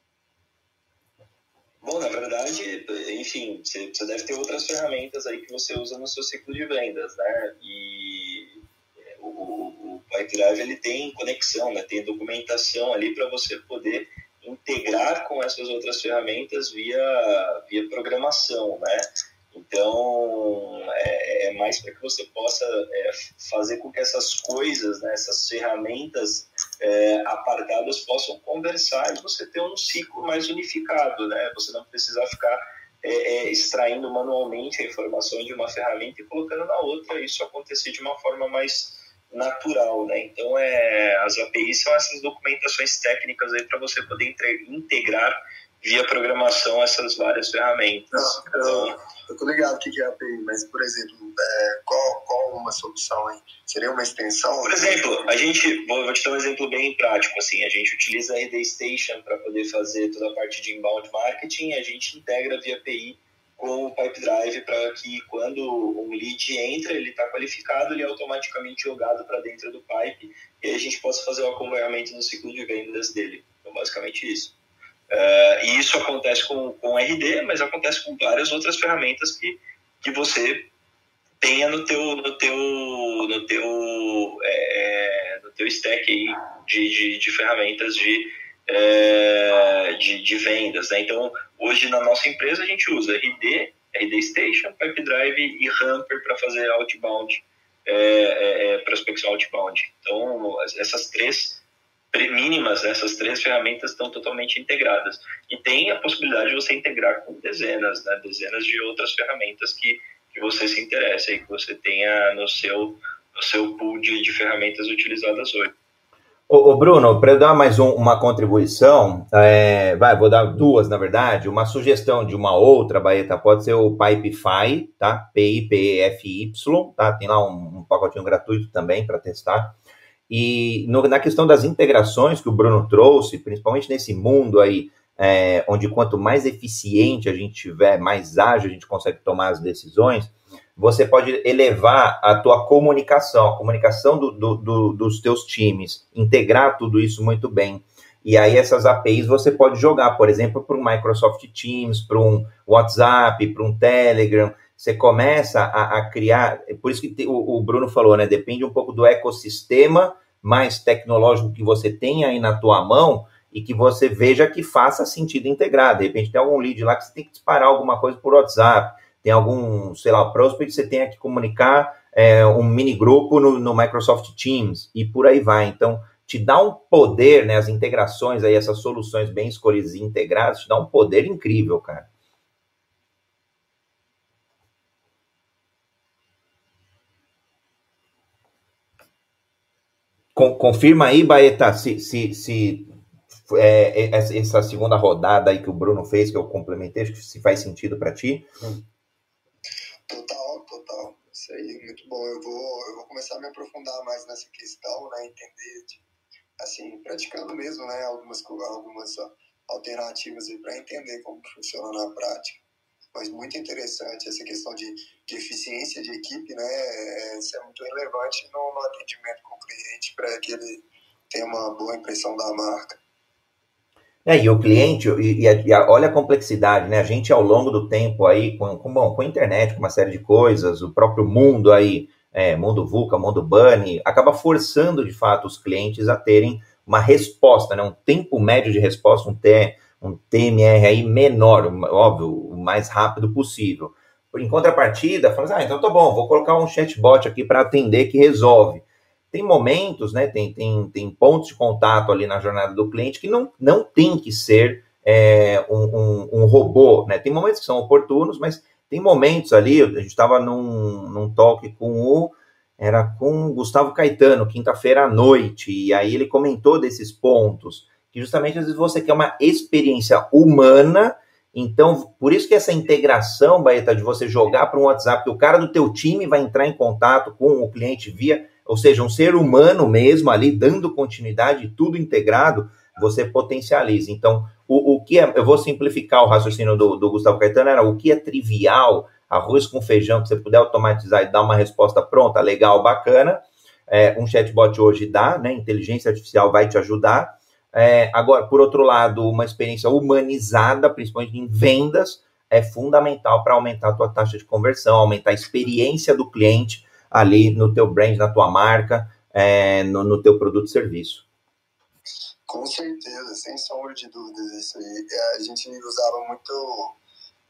Bom, na verdade, enfim, você deve ter outras ferramentas aí que você usa no seu ciclo de vendas, né? E o, o Pipedrive, ele tem conexão, né? Tem documentação ali para você poder integrar com essas outras ferramentas via, via programação, né? Então, é, é mais para que você possa é, fazer com que essas coisas, né, essas ferramentas é, apartadas possam conversar e você ter um ciclo mais unificado, né? Você não precisar ficar é, é, extraindo manualmente a informação de uma ferramenta e colocando na outra, isso acontecer de uma forma mais natural, né? Então, é, as A P Is são essas documentações técnicas aí para você poder entre, integrar via programação essas várias ferramentas. Não, então, eu, eu tô ligado o que é A P I, mas, por exemplo, é, qual, qual uma solução aí? Seria uma extensão? Por exemplo, a gente, vou, vou te dar um exemplo bem prático, assim, a gente utiliza a R D Station para poder fazer toda a parte de inbound marketing, a gente integra via A P I com o Pipedrive para que quando um lead entra, ele está qualificado, ele é automaticamente jogado para dentro do pipe e a gente possa fazer o acompanhamento no ciclo de vendas dele. Então, basicamente isso. Uh, e isso acontece com, com R D, mas acontece com várias outras ferramentas que, que você tenha no teu, no teu, no teu, é, no teu stack aí de, de, de ferramentas de, é, de, de vendas, né? Então, hoje na nossa empresa a gente usa R D, R D Station, Pipedrive e Hamper para fazer outbound, é, é, prospecção outbound. Então, essas três mínimas, essas três ferramentas estão totalmente integradas. E tem a possibilidade de você integrar com dezenas, né? Dezenas de outras ferramentas que, que você se interessa e que você tenha no seu, no seu pool de, de ferramentas utilizadas hoje. Ô, ô Bruno, para eu dar mais um, uma contribuição, é, vai, vou dar duas, na verdade, uma sugestão de uma outra, Baeta, pode ser o Pipefy, tá? P I P E F Y, tá? Tem lá um, um pacotinho gratuito também para testar. E no, na questão das integrações que o Bruno trouxe, principalmente nesse mundo aí, é, onde quanto mais eficiente a gente tiver, mais ágil a gente consegue tomar as decisões, você pode elevar a tua comunicação, a comunicação do, do, do, dos teus times, integrar tudo isso muito bem. E aí essas A P Is você pode jogar, por exemplo, para um Microsoft Teams, para um WhatsApp, para um Telegram. Você começa a, a criar, por isso que te, o, o Bruno falou, né? Depende um pouco do ecossistema mais tecnológico que você tem aí na tua mão e que você veja que faça sentido integrar. De repente tem algum lead lá que você tem que disparar alguma coisa por WhatsApp, tem algum, sei lá, prospect que você tenha que comunicar é, um mini grupo no, no Microsoft Teams e por aí vai. Então, te dá um poder, né? As integrações aí, essas soluções bem escolhidas e integradas, te dá um poder incrível, cara. Confirma aí, Baeta, se, se, se é, essa segunda rodada aí que o Bruno fez, que eu complementei, se faz sentido para ti. Total, total. Isso aí é muito bom. Eu vou, eu vou começar a me aprofundar mais nessa questão, né? Entender, assim, praticando mesmo, né? Algumas, algumas alternativas aí para entender como funciona na prática. Mas muito interessante essa questão de, de eficiência de equipe, né? Isso é muito relevante no, no atendimento com o cliente para que ele tenha uma boa impressão da marca. É, e o cliente, e, e, e olha a complexidade, né? A gente, ao longo do tempo aí, com, com, bom, com a internet, com uma série de coisas, o próprio mundo aí, é, mundo VUCA, mundo Bunny, acaba forçando, de fato, os clientes a terem uma resposta, né? Um tempo médio de resposta, um T, um T M R aí menor, óbvio, o mais rápido possível. Em contrapartida, falamos, ah, então tá bom, vou colocar um chatbot aqui para atender que resolve. Tem momentos, né, tem, tem, tem pontos de contato ali na jornada do cliente que não, não tem que ser é, um, um, um robô, né? Tem momentos que são oportunos, mas tem momentos ali, a gente estava num, num talk com o, era com o Gustavo Caetano, quinta-feira à noite, e aí ele comentou desses pontos, que justamente às vezes você quer uma experiência humana, então por isso que essa integração, Baeta, de você jogar para um WhatsApp, que o cara do teu time vai entrar em contato com o cliente via, ou seja, um ser humano mesmo ali, dando continuidade, tudo integrado, você potencializa. Então, o, o que é, eu vou simplificar o raciocínio do, do Gustavo Caetano, era o que é trivial, arroz com feijão, que você puder automatizar e dar uma resposta pronta, legal, bacana, é, um chatbot hoje dá, né, inteligência artificial vai te ajudar. É, agora, por outro lado, uma experiência humanizada, principalmente em vendas, é fundamental para aumentar a tua taxa de conversão, aumentar a experiência do cliente ali no teu brand, na tua marca, é, no, no teu produto e serviço. Com certeza, sem sombra de dúvidas, isso aí. A gente usava muito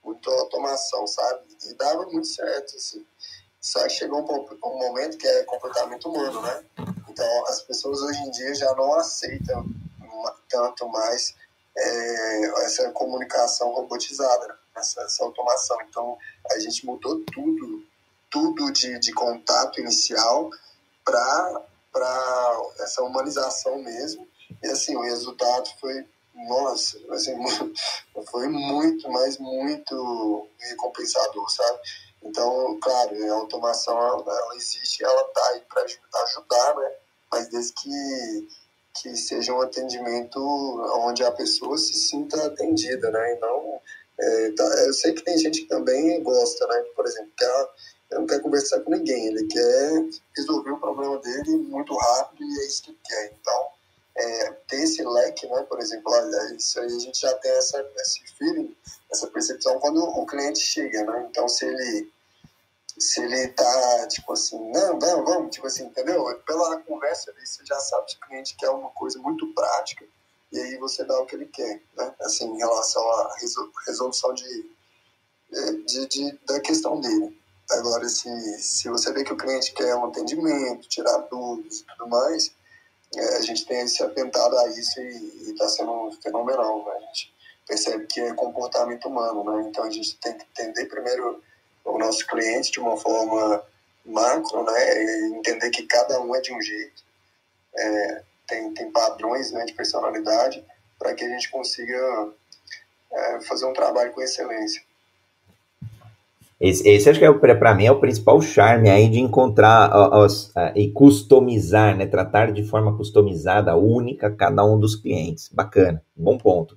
muito automação, sabe? E dava muito certo, assim. Só que chegou um, um momento que é comportamento humano, né? Então, as pessoas hoje em dia já não aceitam tanto mais é, essa comunicação robotizada, né? essa, essa automação. Então, a gente mudou tudo, tudo de, de contato inicial para essa humanização mesmo. E, assim, o resultado foi, nossa, assim, foi muito, mas muito recompensador, sabe? Então, claro, a automação, ela, ela existe, ela está aí para ajudar, né? Mas desde que, que seja um atendimento onde a pessoa se sinta atendida, né? E não, é, tá, eu sei que tem gente que também gosta, né? Por exemplo, que ela, ele não quer conversar com ninguém, ele quer resolver o problema dele muito rápido e é isso que ele quer. Então, é, ter esse leque, né? Por exemplo, olha, isso aí a gente já tem essa, esse feeling, essa percepção quando o cliente chega, né? Então, se ele se ele tá, tipo assim, não, não, vamos, tipo assim, entendeu? Pela conversa ali, você já sabe que o cliente quer uma coisa muito prática e aí você dá o que ele quer, né? Assim, em relação à resolução de, de, de, da questão dele. Agora, se, se você vê que o cliente quer um atendimento, tirar dúvidas e tudo mais, é, a gente tem se atentado a isso e está sendo fenomenal, né? A gente percebe que é comportamento humano, né? Então, a gente tem que entender primeiro o nosso cliente de uma forma macro, né? E entender que cada um é de um jeito, é, tem, tem padrões, né, de personalidade, para que a gente consiga é, fazer um trabalho com excelência. Esse, esse acho que é, para mim é o principal charme aí de encontrar os, uh, e customizar, né? Tratar de forma customizada, única, cada um dos clientes. Bacana, bom ponto.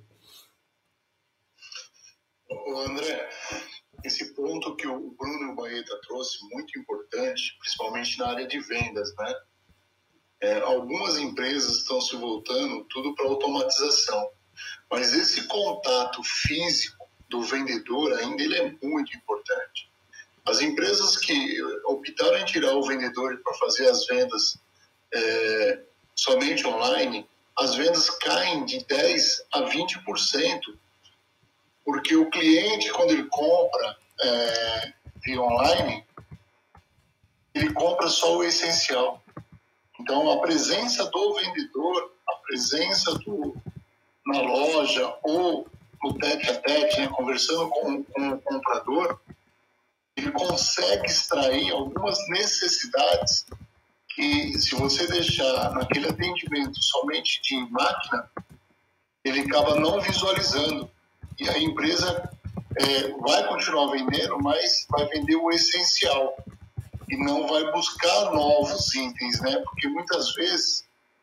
Ô, André, esse ponto que o Bruno Baeta trouxe, muito importante, principalmente na área de vendas, né? É, algumas empresas estão se voltando tudo para automatização, mas esse contato físico do vendedor ainda ele é muito importante. As empresas que optaram em tirar o vendedor para fazer as vendas é, somente online, as vendas caem de dez a vinte por cento, porque o cliente, quando ele compra é, via online, ele compra só o essencial. Então, a presença do vendedor, a presença do, na loja ou no tete-a-tete, né, conversando com, com o comprador, ele consegue extrair algumas necessidades que, se você deixar naquele atendimento somente de máquina, ele acaba não visualizando. E a empresa é, vai continuar vendendo, mas vai vender o essencial e não vai buscar novos itens, né? Porque muitas vezes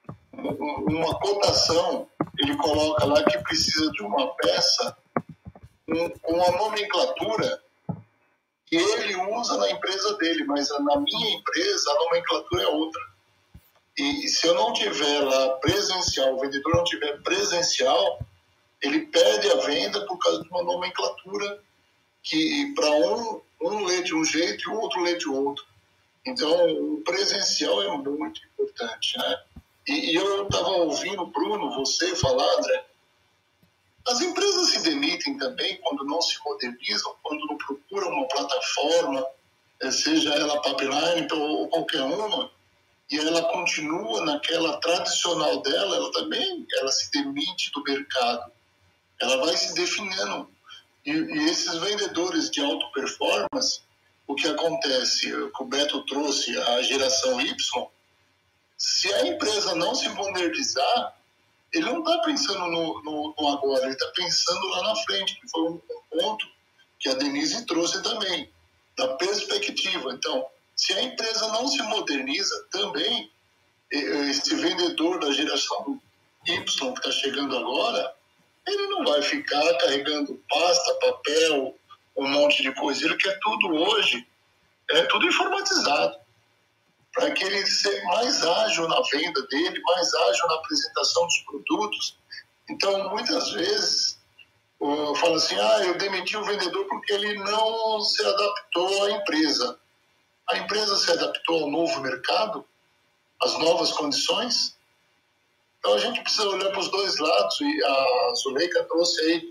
uma cotação ele coloca lá que precisa de uma peça com uma nomenclatura que ele usa na empresa dele, mas na minha empresa a nomenclatura é outra. E se eu não tiver lá presencial, o vendedor não tiver presencial, ele perde a venda por causa de uma nomenclatura que para um, um lê de um jeito e o outro lê de outro. Então, o presencial é muito importante, né? E, e eu estava ouvindo, Bruno, você falar, André, as empresas se demitem também quando não se modernizam, quando não procuram uma plataforma, seja ela pipeline ou qualquer uma, e ela continua naquela tradicional dela, ela também ela se demite do mercado. Ela vai se definindo. E, e esses vendedores de alta performance, o que acontece, o Beto trouxe a geração Y, se a empresa não se modernizar, ele não está pensando no, no, no agora, ele está pensando lá na frente, que foi um ponto que a Denise trouxe também, da perspectiva. Então, se a empresa não se moderniza também, esse vendedor da geração Y que está chegando agora, ele não vai ficar carregando pasta, papel, um monte de coisa. Ele quer tudo hoje, é tudo informatizado, para que ele seja mais ágil na venda dele, mais ágil na apresentação dos produtos. Então, muitas vezes, eu falo assim, ah, eu demiti o vendedor porque ele não se adaptou à empresa. A empresa se adaptou ao novo mercado, às novas condições. Então, a gente precisa olhar para os dois lados, e a Zuleika trouxe aí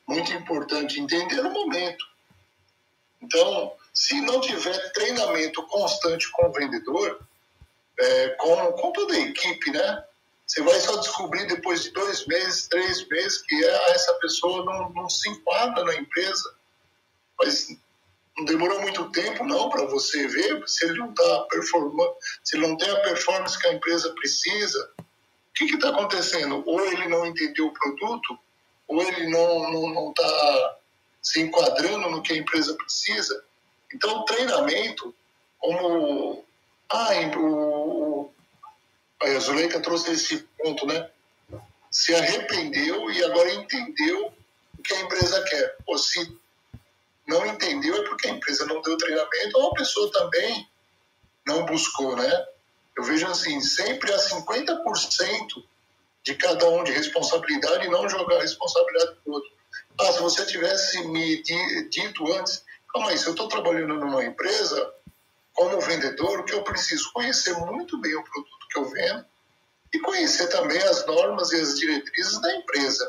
muito importante entender no momento. Então, se não tiver treinamento constante com o vendedor, é, com, com toda a equipe, né? Você vai só descobrir depois de dois meses, três meses, que ah, essa pessoa não, não se enquadra na empresa. Mas não demorou muito tempo, não, para você ver se ele não está performando, se ele não tem a performance que a empresa precisa. O que está acontecendo? Ou ele não entendeu o produto, ou ele não está se enquadrando no que a empresa precisa. Então, o treinamento, como ah, o, a Zuleika trouxe esse ponto, né? Se arrependeu e agora entendeu o que a empresa quer. Ou se não entendeu é porque a empresa não deu treinamento ou a pessoa também não buscou, né? Eu vejo assim, sempre há cinquenta por cento de cada um de responsabilidade e não jogar a responsabilidade para o outro. Ah, se você tivesse me dito antes, calma aí, se eu estou trabalhando numa empresa, como vendedor, o que eu preciso? Conhecer muito bem o produto que eu vendo e conhecer também as normas e as diretrizes da empresa.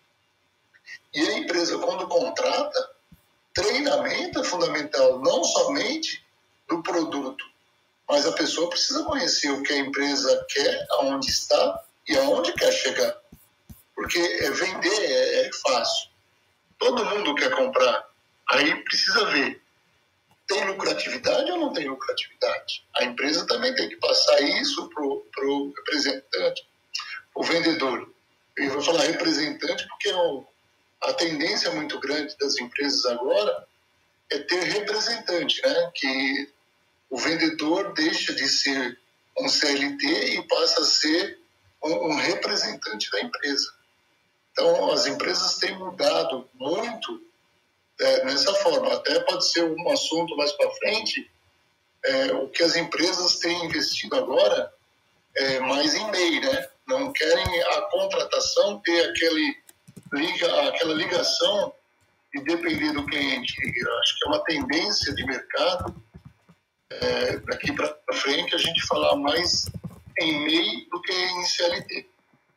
E a empresa, quando contrata, treinamento é fundamental, não somente do produto, mas a pessoa precisa conhecer o que a empresa quer, aonde está e aonde quer chegar. Porque vender é, é fácil. Todo mundo quer comprar. Aí precisa ver, tem lucratividade ou não tem lucratividade? A empresa também tem que passar isso para o representante, o vendedor. Eu vou falar representante porque o, a tendência muito grande das empresas agora é ter representante, né? Que o vendedor deixa de ser um C L T e passa a ser um, um representante da empresa. Então, as empresas têm mudado muito é, nessa forma. Até pode ser um assunto mais para frente, é, o que as empresas têm investido agora é mais em M E I, né? Não querem a contratação ter aquele, liga, aquela ligação de depender do cliente. Eu acho que é uma tendência de mercado, é, daqui para frente, a gente falar mais em M E I do que em C L T.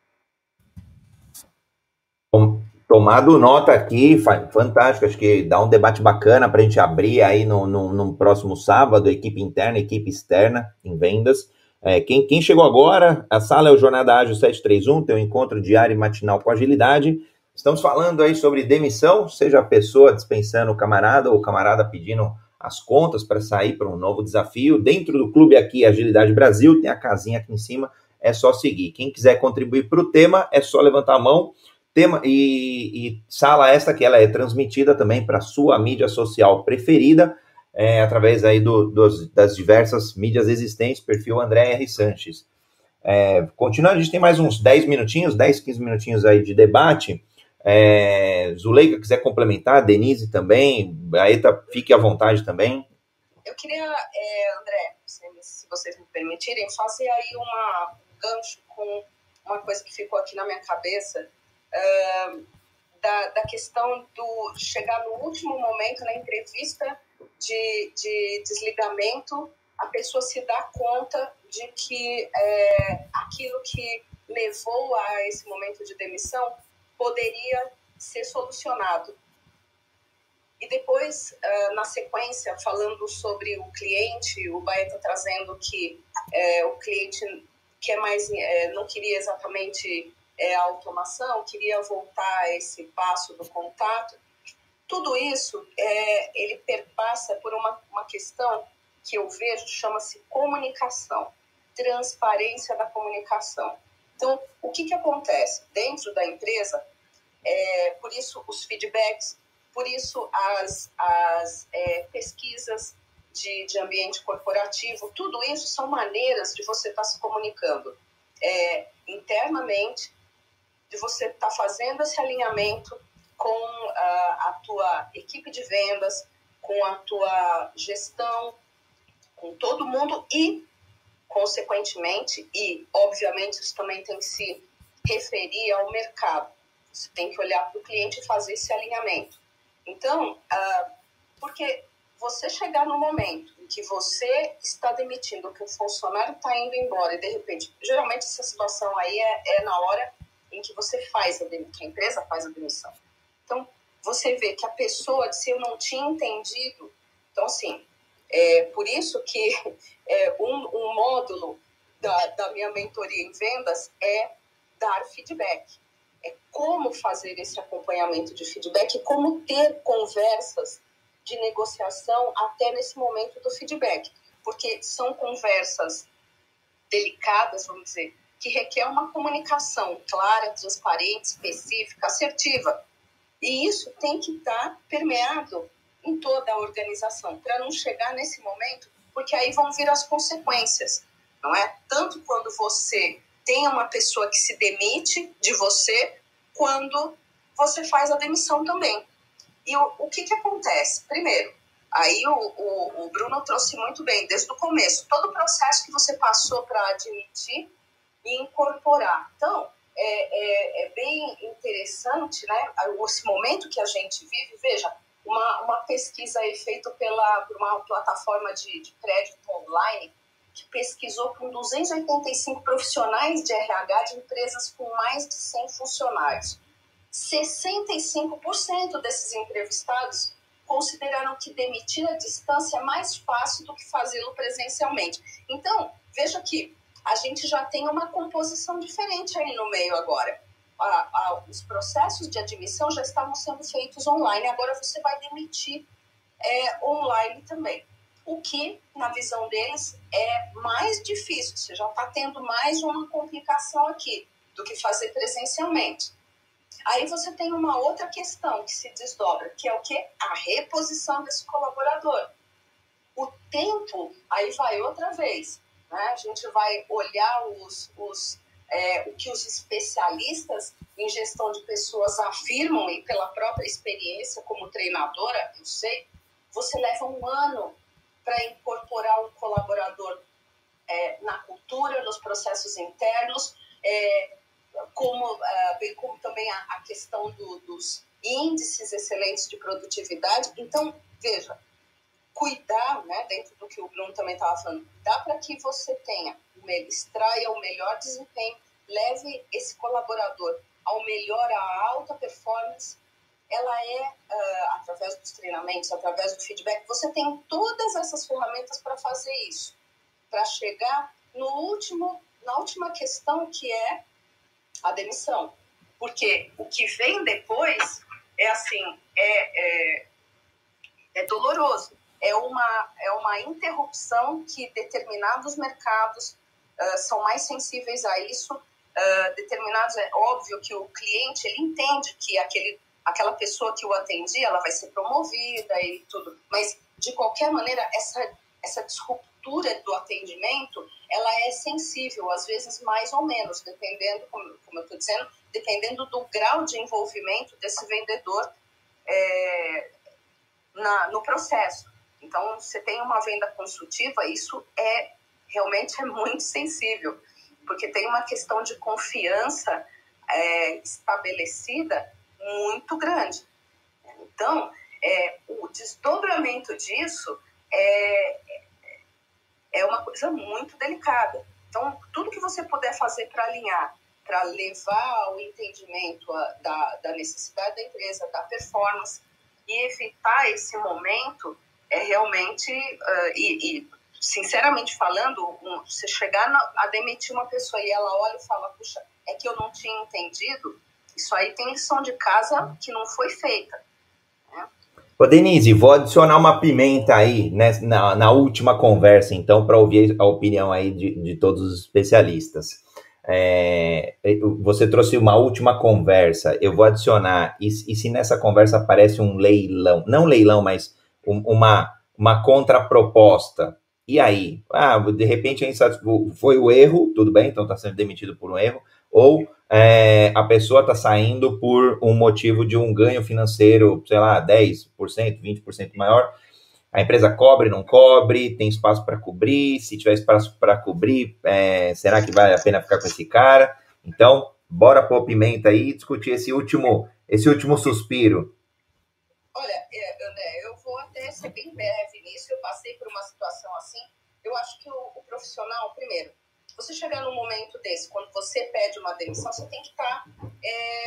Tomado nota aqui, fantástico, acho que dá um debate bacana para a gente abrir aí no, no, no próximo sábado, equipe interna, equipe externa em vendas. É, quem, quem chegou agora, a sala é o Jornada Ágil sete três um, tem um encontro diário e matinal com agilidade. Estamos falando aí sobre demissão, seja a pessoa dispensando o camarada ou o camarada pedindo as contas para sair para um novo desafio. Dentro do clube aqui, Agilidade Brasil, tem a casinha aqui em cima, é só seguir. Quem quiser contribuir para o tema, é só levantar a mão. Tema, e, e sala esta que ela é transmitida também para a sua mídia social preferida, é, através aí do, dos, das diversas mídias existentes, perfil André R. Sanches. É, continuando, a gente tem mais uns dez minutinhos, dez, quinze minutinhos aí de debate. É, Zuleika, quiser complementar, Denise também, Aeta, fique à vontade também. Eu queria, é, André, se, se vocês me permitirem, fazer aí uma, um gancho com uma coisa que ficou aqui na minha cabeça, Uh, da, da questão do chegar no último momento na entrevista de, de desligamento, a pessoa se dá conta de que é, aquilo que levou a esse momento de demissão poderia ser solucionado. E depois, uh, na sequência, falando sobre o cliente, o Baeta trazendo que é, o cliente quer mais, é, não queria exatamente É, a automação, queria voltar a esse passo do contato. Tudo isso, é, ele perpassa por uma, uma questão que eu vejo, chama-se comunicação, transparência da comunicação. Então, o que, que acontece? Dentro da empresa, é, por isso os feedbacks, por isso as, as é, pesquisas de, de ambiente corporativo, tudo isso são maneiras de você estar se comunicando é, internamente, de você estar tá fazendo esse alinhamento com uh, a tua equipe de vendas, com a tua gestão, com todo mundo e, consequentemente, e obviamente isso também tem que se referir ao mercado. Você tem que olhar para o cliente e fazer esse alinhamento. Então, uh, porque você chegar no momento em que você está demitindo, que o funcionário está indo embora e, de repente, geralmente essa situação aí é, é na hora em que você faz a demissão, que a empresa faz a demissão. Então, você vê que a pessoa disse, eu não tinha entendido. Então, assim, é por isso que é, um, um módulo da, da minha mentoria em vendas é dar feedback. É como fazer esse acompanhamento de feedback e como ter conversas de negociação até nesse momento do feedback. Porque são conversas delicadas, vamos dizer, que requer uma comunicação clara, transparente, específica, assertiva. E isso tem que estar permeado em toda a organização, para não chegar nesse momento, porque aí vão vir as consequências, não é? Tanto quando você tem uma pessoa que se demite de você, quando você faz a demissão também. E o, o que que acontece? Primeiro, aí o, o, o Bruno trouxe muito bem, desde o começo, todo o processo que você passou para admitir e incorporar. Então, é, é, é bem interessante, né, esse momento que a gente vive. Veja, uma, uma pesquisa aí feita pela, por uma plataforma de, de crédito online, que pesquisou com duzentos e oitenta e cinco profissionais de R H de empresas com mais de cem funcionários. sessenta e cinco por cento desses entrevistados consideraram que demitir à distância é mais fácil do que fazê-lo presencialmente. Então, veja que a gente já tem uma composição diferente aí no meio agora. A, a, os processos de admissão já estavam sendo feitos online, agora você vai demitir é, online também. O que, na visão deles, é mais difícil. Você já está tendo mais uma complicação aqui do que fazer presencialmente. Aí você tem uma outra questão que se desdobra, que é o quê? A reposição desse colaborador. O tempo, aí vai outra vez, né? A gente vai olhar os, os, é, o que os especialistas em gestão de pessoas afirmam, e pela própria experiência como treinadora, eu sei, você leva um ano para incorporar um colaborador é, na cultura, nos processos internos, é, como, uh, bem como também a, a questão do, dos índices excelentes de produtividade. Então, veja, cuidar, né, dentro do que o Bruno também estava falando, dá para que você tenha, extraia o melhor desempenho, leve esse colaborador ao melhor, à alta performance. Ela é, uh, através dos treinamentos, através do feedback, você tem todas essas ferramentas para fazer isso, para chegar no último, na última questão, que é a demissão. Porque o que vem depois é assim, é, é, é doloroso. É uma, é uma interrupção que determinados mercados uh, são mais sensíveis a isso. Uh, determinados, é óbvio que o cliente ele entende que aquele, aquela pessoa que o atendia, ela vai ser promovida e tudo. Mas, de qualquer maneira, essa, essa disruptura do atendimento, ela é sensível, às vezes mais ou menos, dependendo, como, como eu estou dizendo, dependendo do grau de envolvimento desse vendedor é, na, no processo. Então, você tem uma venda consultiva, isso é realmente é muito sensível, porque tem uma questão de confiança é, estabelecida muito grande. Então, é, o desdobramento disso é, é uma coisa muito delicada. Então, tudo que você puder fazer para alinhar, para levar ao entendimento a, da, da necessidade da empresa, da performance, e evitar esse momento, é realmente, uh, e, e sinceramente falando, um, você chegar na, a demitir uma pessoa e ela olha e fala, puxa, é que eu não tinha entendido, isso aí tem lição de casa que não foi feita. Né? Ô Denise, vou adicionar uma pimenta aí, né, na, na última conversa, então, para ouvir a opinião aí de, de todos os especialistas. É, você trouxe uma última conversa, eu vou adicionar, e, e se nessa conversa aparece um leilão, não leilão, mas um, uma, uma contraproposta, e aí? Ah, de repente a gente foi o erro, tudo bem, então está sendo demitido por um erro, ou é, a pessoa está saindo por um motivo de um ganho financeiro, sei lá, dez por cento, vinte por cento maior. A empresa cobre, não cobre, tem espaço para cobrir, se tiver espaço para cobrir, é, será que vale a pena ficar com esse cara? Então, bora pôr pimenta aí e discutir esse último, esse último suspiro. Olha, André, eu vou até ser bem breve nisso, eu passei por uma situação assim. Eu acho que o, o profissional, primeiro, você chegar num momento desse, quando você pede uma demissão, você tem que estar é,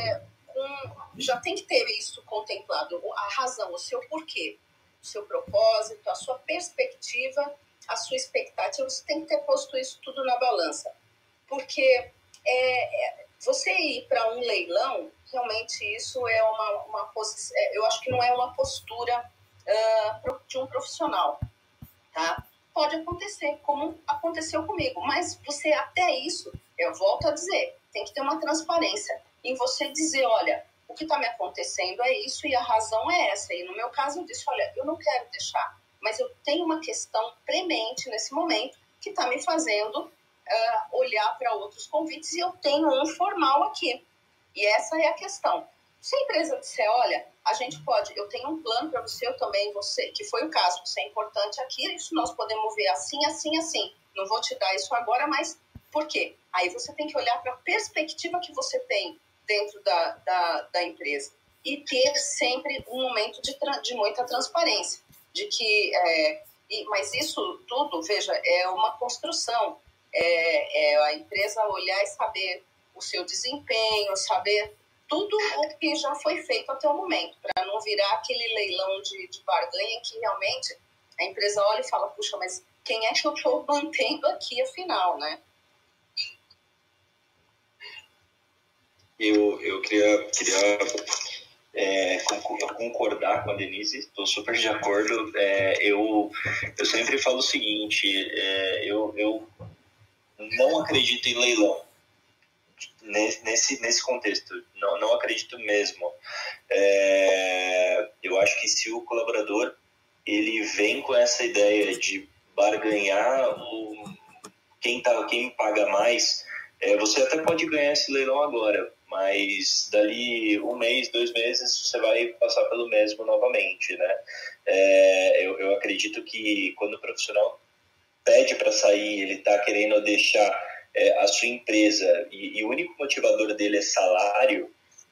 com, já tem que ter isso contemplado, a razão, o seu porquê, o seu propósito, a sua perspectiva, a sua expectativa, você tem que ter posto isso tudo na balança. Porque é, é, você ir para um leilão, realmente isso é uma, uma posição, eu acho que não é uma postura uh, de um profissional, tá? Pode acontecer, como aconteceu comigo, mas você até isso, eu volto a dizer, tem que ter uma transparência em você dizer, olha, o que está me acontecendo é isso e a razão é essa. E no meu caso eu disse, olha, eu não quero deixar, mas eu tenho uma questão premente nesse momento que está me fazendo uh, olhar para outros convites e eu tenho um formal aqui. E essa é a questão. Se a empresa disser, olha, a gente pode, eu tenho um plano para você, eu também, você, que foi o caso, você é importante aqui, isso nós podemos ver assim, assim, assim. Não vou te dar isso agora, mas por quê? Aí você tem que olhar para a perspectiva que você tem dentro da, da, da empresa e ter sempre um momento de, de muita transparência. De que, é, e, mas isso tudo, veja, é uma construção. É, é a empresa olhar e saber o seu desempenho, saber tudo o que já foi feito até o momento, para não virar aquele leilão de, de barganha que realmente a empresa olha e fala, puxa, mas quem é que eu estou mantendo aqui, afinal, né? Eu, eu queria, queria é, concordar com a Denise, estou super de acordo. É, eu, eu sempre falo o seguinte, é, eu, eu não acredito em leilão. Nesse, nesse contexto, não, não acredito mesmo. É, eu acho que se o colaborador ele vem com essa ideia de barganhar o, quem, tá, quem paga mais, é, você até pode ganhar esse leilão agora, mas dali um mês, dois meses, você vai passar pelo mesmo novamente, né? É, eu, eu acredito que quando o profissional pede para sair, ele está querendo deixar É, a sua empresa e, e o único motivador dele é salário,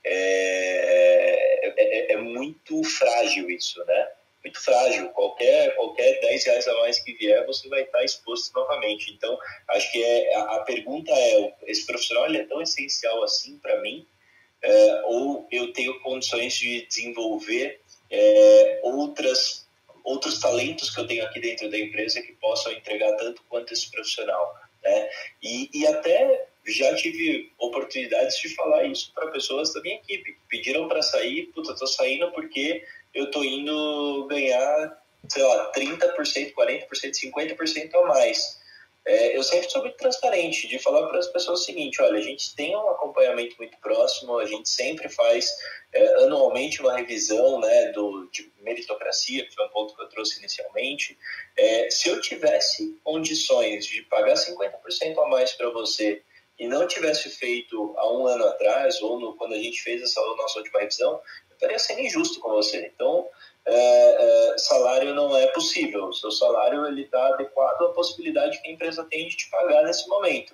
é, é, é muito frágil isso, né? Muito frágil. Qualquer, qualquer dez reais a mais que vier, você vai estar exposto novamente. Então, acho que é, a, a pergunta é, esse profissional ele é tão essencial assim para mim, é, ou eu tenho condições de desenvolver é, outras, outros talentos que eu tenho aqui dentro da empresa que possam entregar tanto quanto esse profissional. Né? E, e até já tive oportunidades de falar isso para pessoas da minha equipe. Pediram para sair, puta, tô saindo porque eu tô indo ganhar, sei lá, trinta por cento, quarenta por cento, cinquenta por cento a mais. É, eu sempre sou muito transparente de falar para as pessoas o seguinte, olha, a gente tem um acompanhamento muito próximo, a gente sempre faz é, anualmente uma revisão, né, do, de meritocracia, que foi um ponto que eu trouxe inicialmente. É, se eu tivesse condições de pagar cinquenta por cento a mais para você e não tivesse feito há um ano atrás, ou no, quando a gente fez essa nossa última revisão, eu estaria sendo injusto com você. Então, É, é, salário não é possível. O seu salário está adequado à possibilidade que a empresa tem de te pagar nesse momento.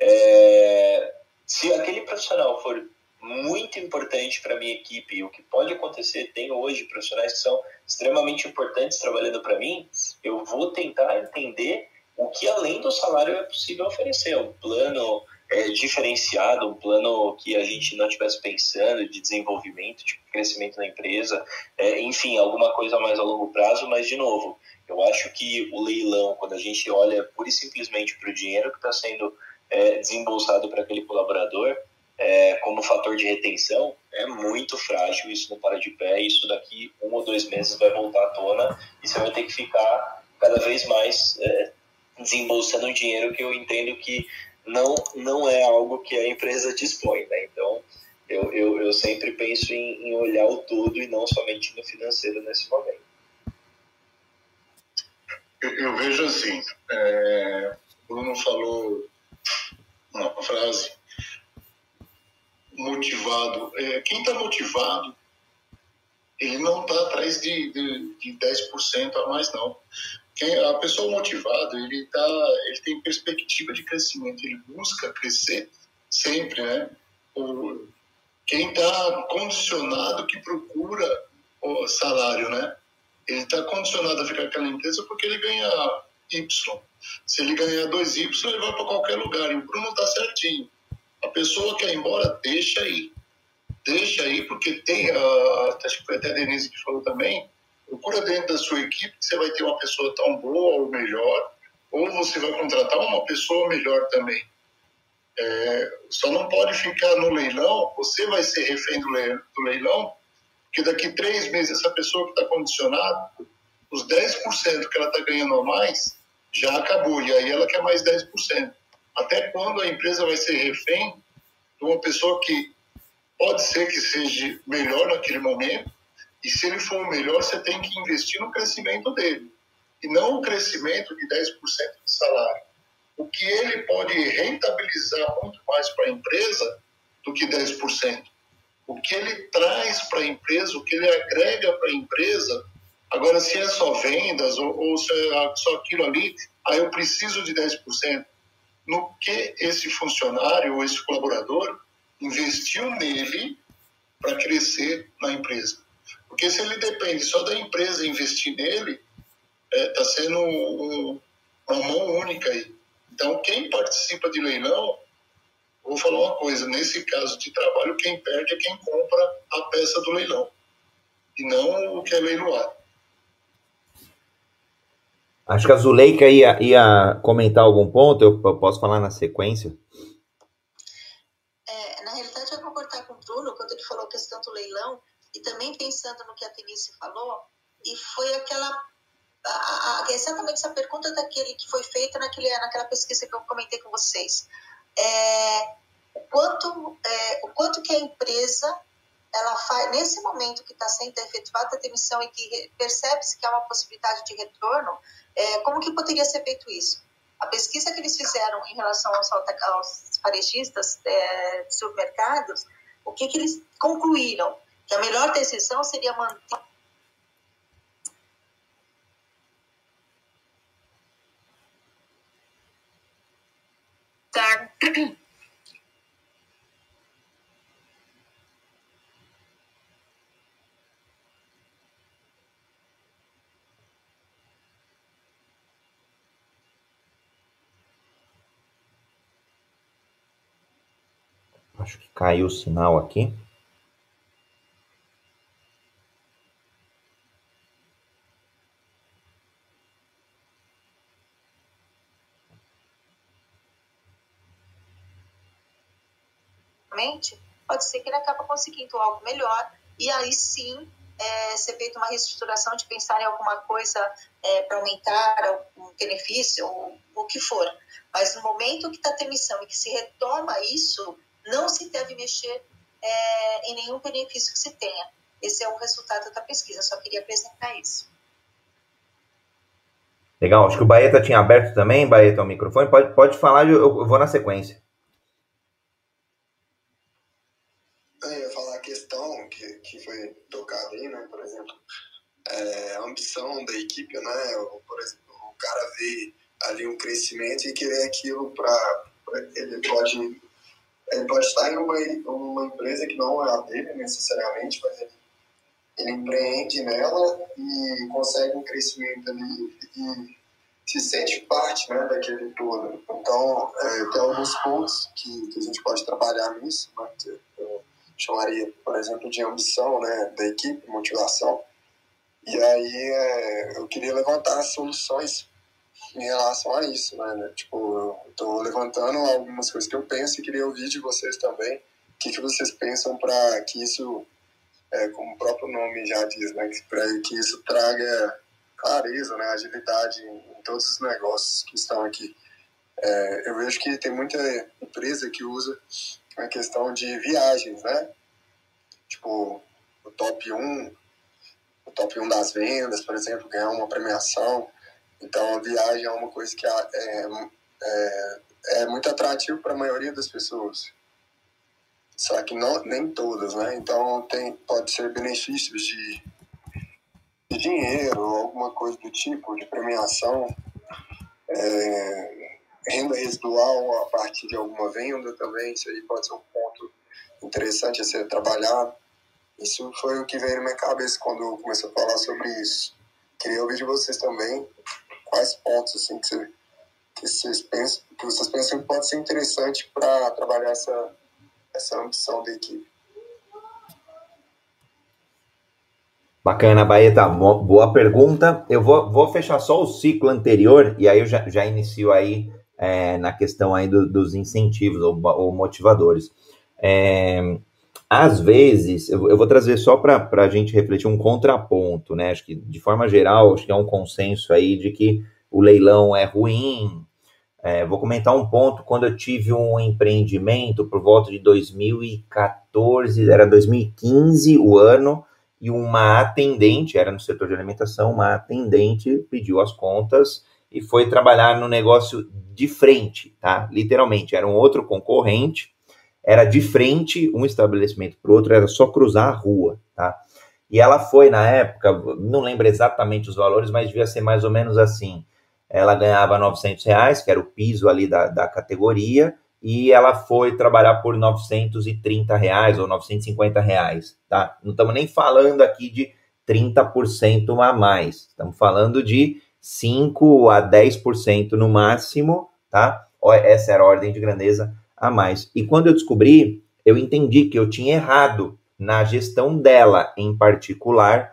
É, se aquele profissional for muito importante para a minha equipe, o que pode acontecer, tem hoje profissionais que são extremamente importantes trabalhando para mim, eu vou tentar entender o que além do salário é possível oferecer. Um plano é, diferenciado, um plano que a gente não estivesse pensando de desenvolvimento, de crescimento da empresa, é, enfim, alguma coisa mais a longo prazo, mas de novo, eu acho que o leilão, quando a gente olha pura e simplesmente para o dinheiro que está sendo é, desembolsado para aquele colaborador, é, como fator de retenção, é muito frágil, isso não para de pé, isso daqui um ou dois meses vai voltar à tona e você vai ter que ficar cada vez mais é, desembolsando dinheiro que eu entendo que não, não é algo que a empresa dispõe, né? Então, eu, eu, eu sempre penso em, em olhar o todo e não somente no financeiro nesse momento. Eu, eu vejo assim, é, o Bruno falou uma frase, motivado. É, quem está motivado, ele não está atrás de, de, de dez por cento a mais, não. Quem, a pessoa motivada, ele, tá, ele tem perspectiva de crescimento, ele busca crescer sempre, né? O, quem está condicionado que procura o salário, né? Ele está condicionado a ficar naquela empresa porque ele ganha Y. Se ele ganhar dois Y, ele vai para qualquer lugar. E o Bruno está certinho. A pessoa quer ir embora, deixa aí. deixa aí, porque tem, a, acho que foi até a Denise que falou também, procura dentro da sua equipe que você vai ter uma pessoa tão boa ou melhor, ou você vai contratar uma pessoa melhor também. É, só não pode ficar no leilão, você vai ser refém do leilão, do leilão porque daqui três meses essa pessoa que está condicionada, os dez por cento que ela está ganhando a mais, já acabou, e aí ela quer mais dez por cento. Até quando a empresa vai ser refém de uma pessoa que pode ser que seja melhor naquele momento, e se ele for o melhor, você tem que investir no crescimento dele, e não o crescimento de dez por cento de salário. O que ele pode rentabilizar muito mais para a empresa do que dez por cento. O que ele traz para a empresa, o que ele agrega para a empresa. Agora, se é só vendas ou, ou se é só aquilo ali, aí eu preciso de dez por cento. No que esse funcionário ou esse colaborador investiu nele para crescer na empresa. Porque se ele depende só da empresa investir nele, está é, sendo um, uma mão única aí. Então, quem participa de leilão, vou falar uma coisa, nesse caso de trabalho, quem perde é quem compra a peça do leilão, e não o que é leiloado. Acho que a Zuleika ia, ia comentar algum ponto, eu, eu posso falar na sequência? É, na realidade, eu vou cortar com o Bruno, quando ele falou a questão do leilão, e também pensando no que a Denise falou, e foi aquela... A, a, exatamente essa pergunta daquele que foi feita naquele, naquela pesquisa que eu comentei com vocês. É, o, quanto, é, o quanto que a empresa, ela faz, nesse momento que está sendo efetuada a demissão e que percebe-se que há uma possibilidade de retorno, é, como que poderia ser feito isso? A pesquisa que eles fizeram em relação aos, aos varejistas é, de supermercados, o que, que eles concluíram? Que a melhor decisão seria manter... Acho que caiu o sinal aqui. Pode ser que ele acabe conseguindo algo melhor e aí sim é, ser feita uma reestruturação de pensar em alguma coisa é, para aumentar algum benefício ou o que for. Mas no momento que está a demissão e que se retoma isso, não se deve mexer é, em nenhum benefício que se tenha. Esse é o resultado da pesquisa, só queria apresentar isso. Legal, acho que o Baeta tinha aberto também, Baeta, o microfone. Pode, pode falar, eu, eu vou na sequência. Eu ia falar a questão que, que foi tocada aí, né? Por exemplo, é, a ambição da equipe, né? Ou, por exemplo, o cara vê ali um crescimento e querer aquilo para... Ele pode, ele pode estar em uma, uma empresa que não é a dele necessariamente, mas ele, ele empreende nela e consegue um crescimento ali e se sente parte, né, daquele todo. Então, é, tem alguns pontos que, que a gente pode trabalhar nisso, né? Eu chamaria, por exemplo, de ambição, né, da equipe, motivação. E aí é, eu queria levantar soluções em relação a isso, né? Tipo, eu estou levantando algumas coisas que eu penso e queria ouvir de vocês também. O que, que vocês pensam para que isso, é, como o próprio nome já diz, né, para que isso traga clareza, né, agilidade em, em todos os negócios que estão aqui. É, eu vejo que tem muita empresa que usa a questão de viagens, né? Tipo, o top um, o top um das vendas, por exemplo, ganhar uma premiação. Então, a viagem é uma coisa que é, é, é muito atrativo para a maioria das pessoas. Só que não, nem todas, né? Então, tem, pode ser benefícios de, de dinheiro, alguma coisa do tipo, de premiação, é, renda residual a partir de alguma venda também. Isso aí pode ser um ponto interessante a ser trabalhado. Isso foi o que veio na minha cabeça quando eu comecei a falar sobre isso. Queria ouvir de vocês também quais pontos assim, que, você, que, vocês pensam, que vocês pensam que pode ser interessante para trabalhar essa, essa ambição da equipe. Bacana, Baeta, boa pergunta. Eu vou, vou fechar só o ciclo anterior e aí eu já, já inicio aí é, na questão aí do, dos incentivos ou, ou motivadores. É, às vezes, eu, eu vou trazer só para a gente refletir um contraponto, né? Acho que, de forma geral, acho que é um consenso aí de que o leilão é ruim. É, vou comentar um ponto, quando eu tive um empreendimento por volta de dois mil e quatorze, era dois mil e quinze o ano, e uma atendente, era no setor de alimentação, uma atendente pediu as contas e foi trabalhar no negócio de frente, tá? Literalmente, era um outro concorrente, era de frente um estabelecimento para o outro, era só cruzar a rua, tá? E ela foi, na época, não lembro exatamente os valores, mas devia ser mais ou menos assim, ela ganhava novecentos reais, que era o piso ali da, da categoria, e ela foi trabalhar por novecentos e trinta reais ou novecentos e cinquenta reais, tá? Não estamos nem falando aqui de trinta por cento a mais, estamos falando de cinco a dez por cento no máximo, tá? Essa era a ordem de grandeza a mais. E quando eu descobri, eu entendi que eu tinha errado na gestão dela em particular,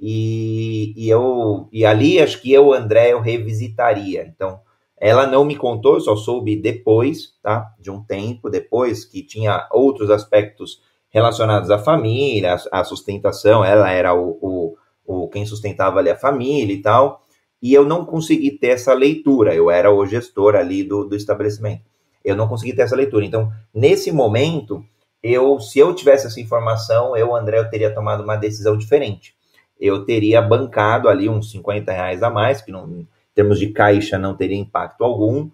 e, e, eu, e ali acho que eu, André, eu revisitaria. Então, ela não me contou, eu só soube depois, tá? De um tempo depois, que tinha outros aspectos relacionados à família, à sustentação, ela era o, o, o quem sustentava ali a família e tal, e eu não consegui ter essa leitura, eu era o gestor ali do, do estabelecimento, eu não consegui ter essa leitura. Então, nesse momento, eu, se eu tivesse essa informação, eu, André, eu teria tomado uma decisão diferente. Eu teria bancado ali uns cinquenta reais a mais, que não, em termos de caixa não teria impacto algum,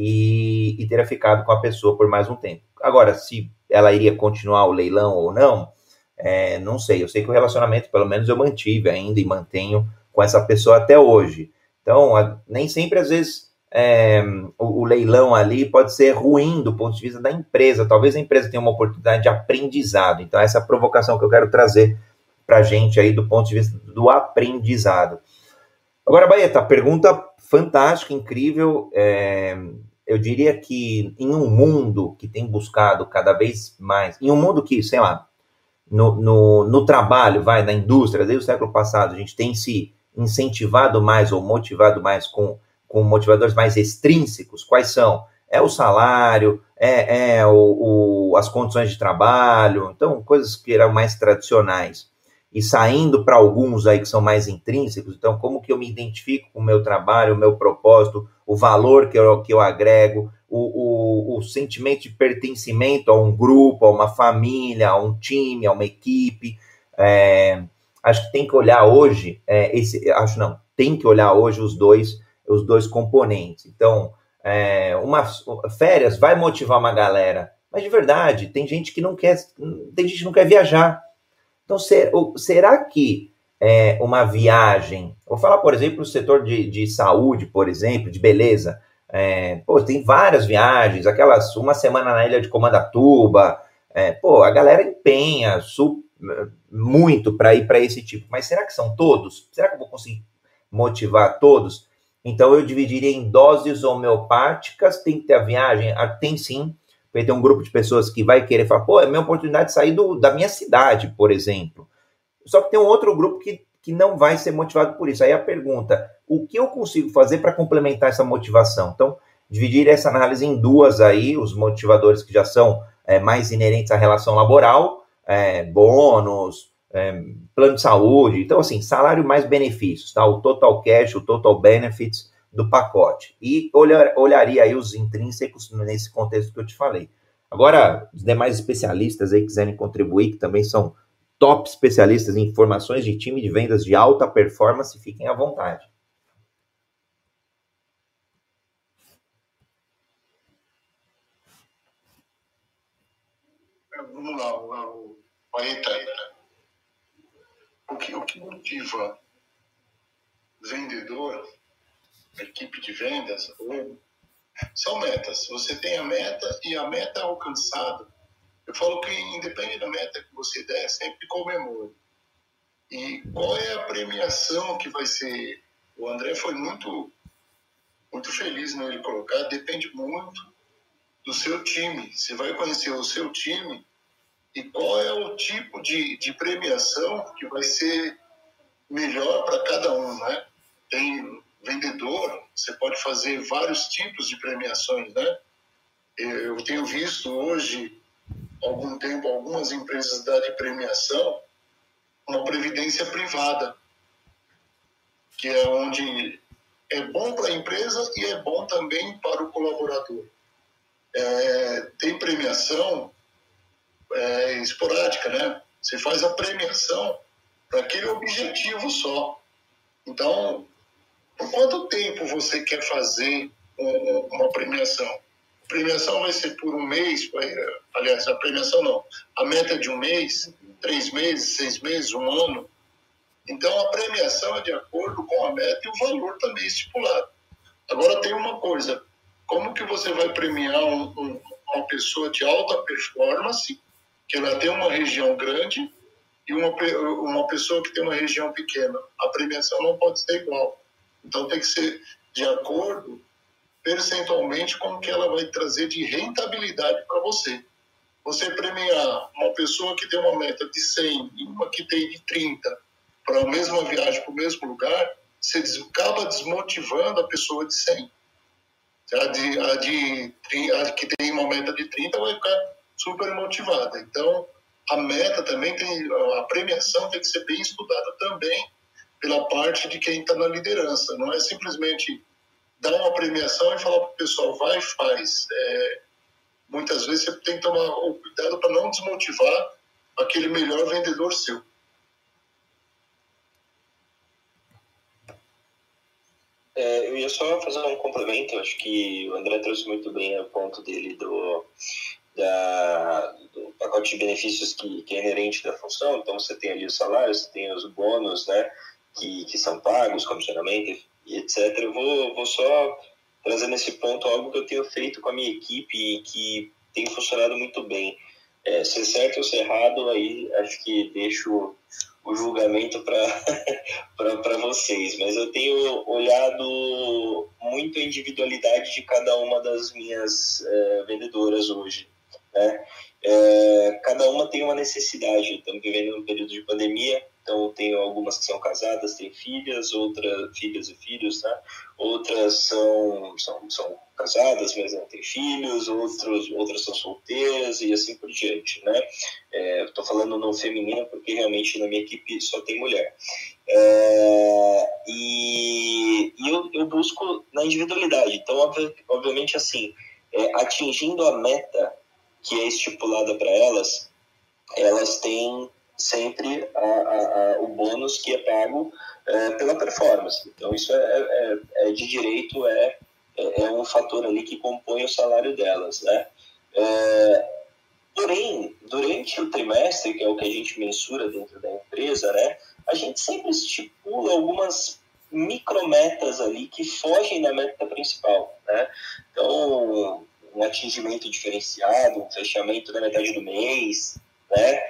e, e teria ficado com a pessoa por mais um tempo. Agora, se ela iria continuar o leilão ou não, é, não sei. Eu sei que o relacionamento, pelo menos, eu mantive ainda e mantenho com essa pessoa até hoje. Então, a, nem sempre, às vezes, é, o, o leilão ali pode ser ruim do ponto de vista da empresa. Talvez a empresa tenha uma oportunidade de aprendizado. Então, essa é a provocação que eu quero trazer para a gente aí do ponto de vista do aprendizado. Agora, Baeta, pergunta fantástica, incrível. É, eu diria que em um mundo que tem buscado cada vez mais, em um mundo que, sei lá, no, no, no trabalho, vai, na indústria, desde o século passado, a gente tem se incentivado mais ou motivado mais com, com motivadores mais extrínsecos. Quais são? É o salário, é, é o, o, as condições de trabalho, então coisas que eram mais tradicionais. E saindo para alguns aí que são mais intrínsecos, então como que eu me identifico com o meu trabalho, o meu propósito, o valor que eu, que eu agrego, o, o, o sentimento de pertencimento a um grupo, a uma família, a um time, a uma equipe. É, acho que tem que olhar hoje, é, esse, acho não, tem que olhar hoje os dois, os dois componentes. Então, é, uma, férias vai motivar uma galera, mas de verdade, tem gente que não quer, tem gente que não quer viajar. Então, ser, será que é, uma viagem... Vou falar, por exemplo, no setor de, de saúde, por exemplo, de beleza. É, pô, tem várias viagens, aquelas uma semana na ilha de Comandatuba. É, pô, a galera empenha su, muito para ir para esse tipo. Mas será que são todos? Será que eu vou conseguir motivar todos? Então, eu dividiria em doses homeopáticas. Tem que ter a viagem? Tem sim. Porque tem um grupo de pessoas que vai querer falar, pô, é minha oportunidade de sair do, da minha cidade, por exemplo. Só que tem um outro grupo que, que não vai ser motivado por isso. Aí a pergunta, o que eu consigo fazer para complementar essa motivação? Então, dividir essa análise em duas aí, os motivadores que já são é, mais inerentes à relação laboral, é, bônus, é, plano de saúde. Então, assim, salário mais benefícios, tá? O total cash, o total benefits do pacote. E olhar, olharia aí os intrínsecos nesse contexto que eu te falei. Agora, os demais especialistas aí quiserem contribuir, que também são top especialistas em informações de time de vendas de alta performance, fiquem à vontade. Vamos lá, o Baeta aí, né? O que, o que motiva vendedor, a equipe de vendas, são metas. Você tem a meta e a meta alcançada. Eu falo que independente da meta que você der, sempre comemore. E qual é a premiação que vai ser? O André foi muito, muito feliz nele colocar. Depende muito do seu time. Você vai conhecer o seu time e qual é o tipo de, de premiação que vai ser melhor para cada um, né? Tem vendedor, você pode fazer vários tipos de premiações, né? Eu tenho visto hoje, há algum tempo, algumas empresas darem premiação, uma previdência privada, que é onde é bom para a empresa e é bom também para o colaborador. É, tem premiação é, esporádica, né? Você faz a premiação para aquele objetivo só. Então, por quanto tempo você quer fazer um, uma premiação? A premiação vai ser por um mês, vai, aliás, a premiação não, a meta é de um mês, três meses, seis meses, um ano. Então, a premiação é de acordo com a meta e o valor também estipulado. Agora, tem uma coisa, como que você vai premiar um, um, uma pessoa de alta performance, que ela tem uma região grande, e uma, uma pessoa que tem uma região pequena? A premiação não pode ser igual. Então, tem que ser de acordo, percentualmente, com o que ela vai trazer de rentabilidade para você. Você premiar uma pessoa que tem uma meta de cem e uma que tem de trinta para a mesma viagem para o mesmo lugar, você acaba desmotivando a pessoa de cem. A, de, a, de, a que tem uma meta de trinta vai ficar super motivada. Então, a meta também tem, a premiação tem que ser bem estudada também pela parte de quem está na liderança. Não é simplesmente dar uma premiação e falar para o pessoal, vai e faz. É, muitas vezes você tem que tomar o cuidado para não desmotivar aquele melhor vendedor seu. É, eu ia só fazer um complemento. Acho que o André trouxe muito bem o ponto dele do, da, do pacote de benefícios que, que é inerente da função. Então, você tem ali os salários, você tem os bônus, né, que, que são pagos, comissionamento e etcétera. Eu vou, vou só trazer nesse ponto algo que eu tenho feito com a minha equipe e que tem funcionado muito bem. É, se é certo ou se é errado, aí acho que deixo o julgamento para vocês, mas eu tenho olhado muito a individualidade de cada uma das minhas é, vendedoras hoje, né? É, cada uma tem uma necessidade. Estamos vivendo um período de pandemia, então tenho algumas que são casadas, têm filhas, outras filhas e filhos, né? Outras são, são, são casadas, mas não têm filhos, outros, outras são solteiras e assim por diante, né? Estou é, falando no feminino porque realmente na minha equipe só tem mulher. É, e e eu, eu busco na individualidade. Então, obvi, obviamente, assim, é, atingindo a meta que é estipulada para elas, elas têm sempre a, a, a, o bônus que é pago é, pela performance. Então, isso é, é, é de direito, é, é um fator ali que compõe o salário delas, né? É, porém, durante o trimestre, que é o que a gente mensura dentro da empresa, né, a gente sempre estipula algumas micrometas ali que fogem da meta principal, né? Então, um atingimento diferenciado, um fechamento da metade do mês, né?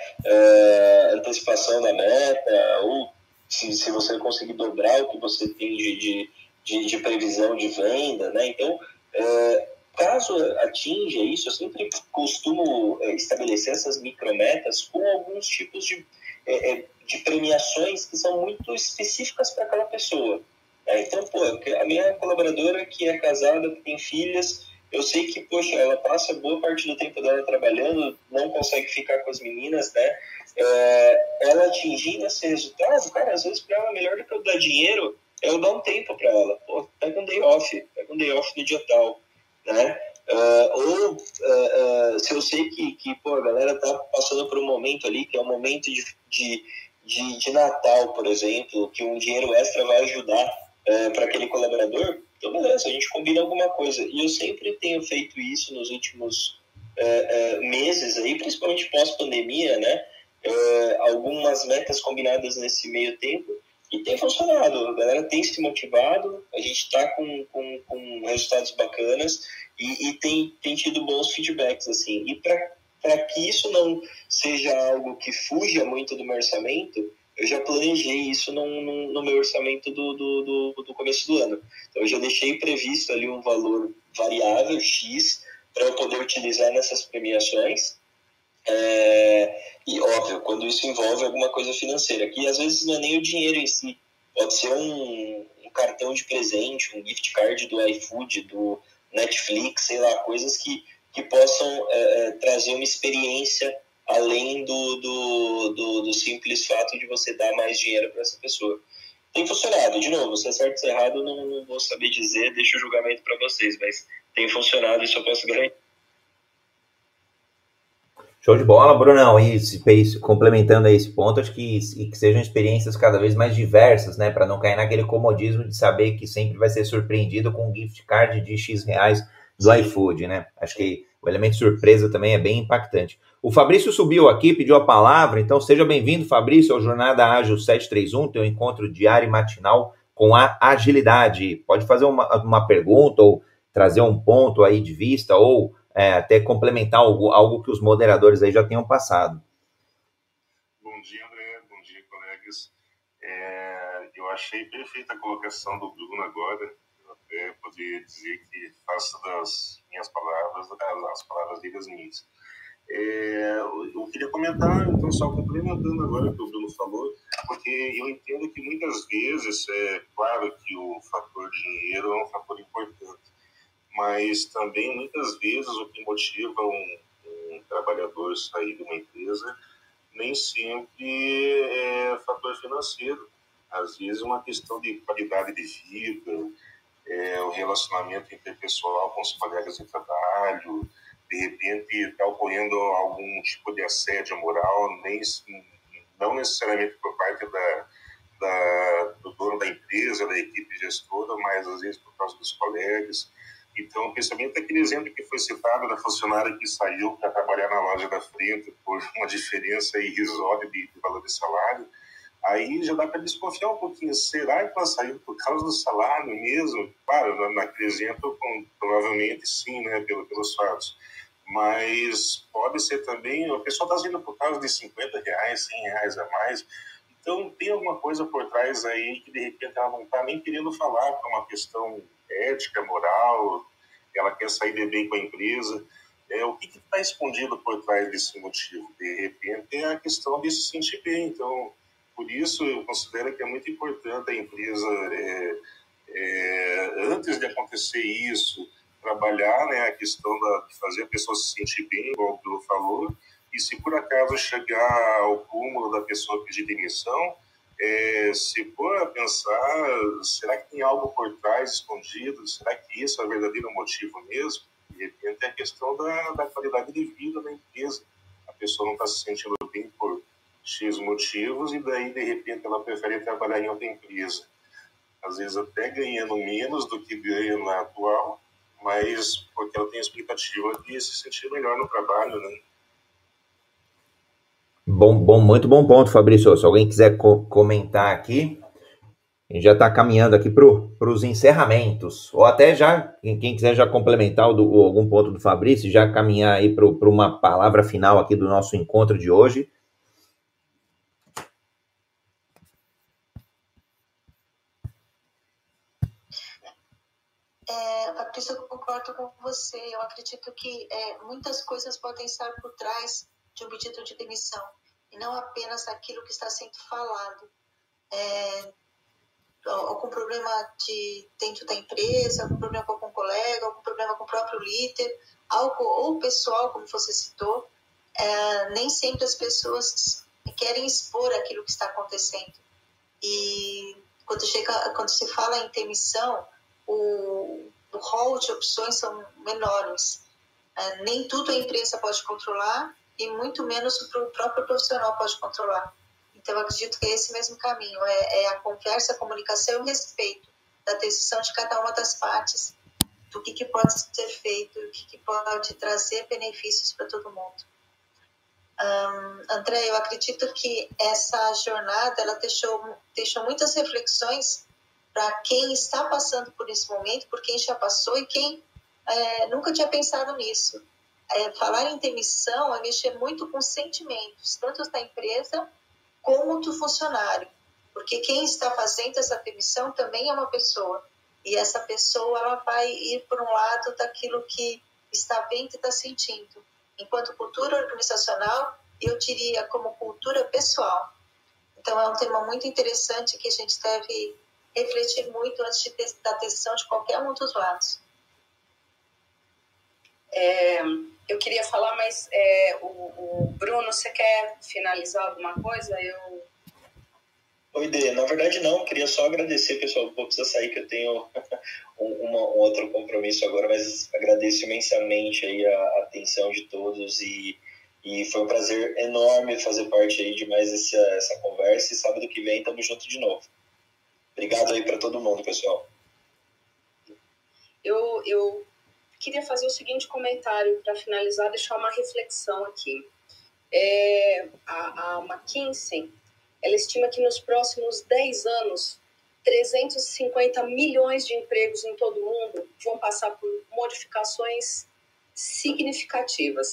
É, antecipação da meta, ou se, se você conseguir dobrar o que você tem de, de, de, de previsão de venda, né? Então, é, caso atinja isso, eu sempre costumo estabelecer essas micrometas com alguns tipos de, é, de premiações que são muito específicas para aquela pessoa. É, então, pô, a minha colaboradora que é casada, que tem filhas, eu sei que, poxa, ela passa boa parte do tempo dela trabalhando, não consegue ficar com as meninas, né? É, ela atingindo esse resultado, cara, às vezes para ela, melhor do que eu dar dinheiro, é eu dar um tempo para ela. Pô, pega um day off, pega um day off no dia tal, né? Uh, ou uh, uh, se eu sei que, que pô, a galera tá passando por um momento ali, que é um momento de, de, de, de Natal, por exemplo, que um dinheiro extra vai ajudar uh, para aquele colaborador, então beleza, a gente combina alguma coisa. E eu sempre tenho feito isso nos últimos uh, uh, meses, aí, principalmente pós-pandemia, né? Uh, algumas metas combinadas nesse meio tempo, e tem funcionado, a galera tem se motivado, a gente está com, com, com resultados bacanas e, e tem, tem tido bons feedbacks, assim. E para que isso não seja algo que fuja muito do meu orçamento, eu já planejei isso no, no, no meu orçamento do, do, do, do começo do ano. Então, eu já deixei previsto ali um valor variável, X, para eu poder utilizar nessas premiações. É, e óbvio, quando isso envolve alguma coisa financeira, que às vezes não é nem o dinheiro em si, pode ser um, um cartão de presente, um gift card do iFood, do Netflix, sei lá, coisas que, que possam é, trazer uma experiência além do, do, do, do simples fato de você dar mais dinheiro para essa pessoa. Tem funcionado, de novo, se é certo ou se é errado, não, não vou saber dizer, deixo o julgamento para vocês, mas tem funcionado, isso eu posso garantir. Show de bola, Brunão. E complementando aí esse ponto, acho que, que sejam experiências cada vez mais diversas, né? Para não cair naquele comodismo de saber que sempre vai ser surpreendido com um gift card de X reais do iFood, né? Acho que o elemento surpresa também é bem impactante. O Fabrício subiu aqui, pediu a palavra, então seja bem-vindo, Fabrício, ao Jornada Ágil setecentos e trinta e um, teu encontro diário e matinal com a agilidade. Pode fazer uma, uma pergunta ou trazer um ponto aí de vista ou É, até complementar algo, algo que os moderadores aí já tenham passado. Bom dia, André. Bom dia, colegas. É, eu achei perfeita a colocação do Bruno agora. Eu até poderia dizer que faço das minhas palavras, as, as palavras dele as minhas. É, eu queria comentar, então, só complementando agora o que o Bruno falou, porque eu entendo que muitas vezes, é claro que o fator dinheiro é um fator importante, mas também muitas vezes o que motiva um, um trabalhador sair de uma empresa nem sempre é fator financeiro. Às vezes é uma questão de qualidade de vida, é, o relacionamento interpessoal com os colegas de trabalho, de repente está ocorrendo algum tipo de assédio moral, nem, não necessariamente por parte da, da, do dono da empresa, da equipe gestora, mas às vezes por causa dos colegas. Então, o pensamento é aquele exemplo que foi citado da funcionária que saiu para trabalhar na loja da frente por uma diferença irrisória de, de valor de salário. Aí já dá para desconfiar um pouquinho. Será que ela saiu por causa do salário mesmo? Claro, naquele exemplo, provavelmente sim, né, pelo, pelos fatos. Mas pode ser também, a pessoa está saindo por causa de cinquenta reais, cem reais a mais. Então, tem alguma coisa por trás aí que, de repente, ela não está nem querendo falar para uma questão ética, moral, ela quer sair de bem com a empresa. É, o que está escondido por trás desse motivo? De repente, é a questão de se sentir bem. Então, por isso, eu considero que é muito importante a empresa, é, é, antes de acontecer isso, trabalhar, né, a questão da, de fazer a pessoa se sentir bem, igual o Bruno falou, e se por acaso chegar ao cúmulo da pessoa pedir demissão, é, se for a pensar, será que tem algo por trás escondido? Será que isso é o verdadeiro motivo mesmo? De repente é a questão da, da qualidade de vida da empresa. A pessoa não está se sentindo bem por X motivos e daí, de repente, ela prefere trabalhar em outra empresa. Às vezes até ganhando menos do que ganha na atual, mas porque ela tem a expectativa de se sentir melhor no trabalho, né? Bom, bom, muito bom ponto, Fabrício. Se alguém quiser co- comentar aqui, a gente já está caminhando aqui para os encerramentos. Ou até já, quem, quem quiser já complementar o do, ou algum ponto do Fabrício, já caminhar aí para uma palavra final aqui do nosso encontro de hoje. É, Patrícia, eu concordo com você. Eu acredito que é, muitas coisas podem estar por trás de um pedido de demissão e não apenas aquilo que está sendo falado. É, algum problema de, dentro da empresa, algum problema com algum colega, algum problema com o próprio líder, algo ou pessoal, como você citou. É, nem sempre as pessoas querem expor aquilo que está acontecendo. E quando, chega, quando se fala em demissão, o, o rol de opções são enormes. É, nem tudo a empresa pode controlar e muito menos o próprio profissional pode controlar. Então, eu acredito que é esse mesmo caminho, é, é a conversa, a comunicação e o respeito da decisão de cada uma das partes, do que, que pode ser feito, o que, que pode trazer benefícios para todo mundo. Um, André, eu acredito que essa jornada ela deixou, deixou muitas reflexões para quem está passando por esse momento, por quem já passou e quem é, nunca tinha pensado nisso. É, falar em demissão é mexer muito com sentimentos, tanto da empresa como do funcionário, porque quem está fazendo essa demissão também é uma pessoa, e essa pessoa ela vai ir por um lado daquilo que está vendo e está sentindo. enquanto cultura organizacional, eu diria como cultura pessoal. Então, é um tema muito interessante que a gente deve refletir muito antes de ter, da decisão de qualquer um dos lados. É, eu queria falar, mas é, o, o Bruno, você quer finalizar alguma coisa? Eu... Oi, Dê. Na verdade, não. Queria só agradecer, pessoal. Vou precisar sair, que eu tenho um, uma, um outro compromisso agora, mas agradeço imensamente aí a, a atenção de todos e, e foi um prazer enorme fazer parte aí de mais essa, essa conversa e sábado que vem estamos juntos de novo. Obrigado aí para todo mundo, pessoal. Eu, eu queria fazer o seguinte comentário para finalizar, deixar uma reflexão aqui. É, a, a McKinsey, ela estima que nos próximos dez anos, trezentos e cinquenta milhões de empregos em todo o mundo vão passar por modificações significativas.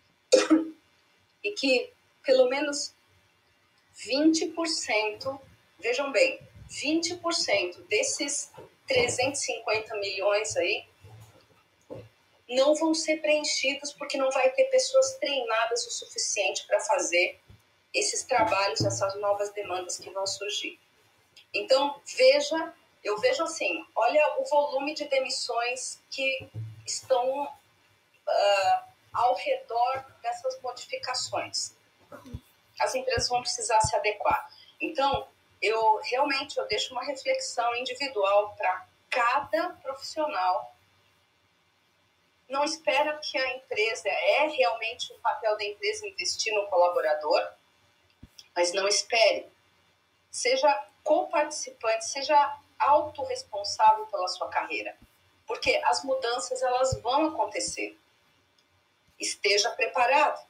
E que pelo menos vinte por cento, vejam bem, vinte por cento desses trezentos e cinquenta milhões aí não vão ser preenchidos porque não vai ter pessoas treinadas o suficiente para fazer esses trabalhos, essas novas demandas que vão surgir. Então, veja, eu vejo assim, olha o volume de demissões que estão uh, ao redor dessas modificações. As empresas vão precisar se adequar. Então, eu realmente eu deixo uma reflexão individual para cada profissional. Não espera que a empresa, é realmente o papel da empresa investir no colaborador, mas não espere. Seja coparticipante, seja autorresponsável pela sua carreira, porque as mudanças elas vão acontecer. Esteja preparado.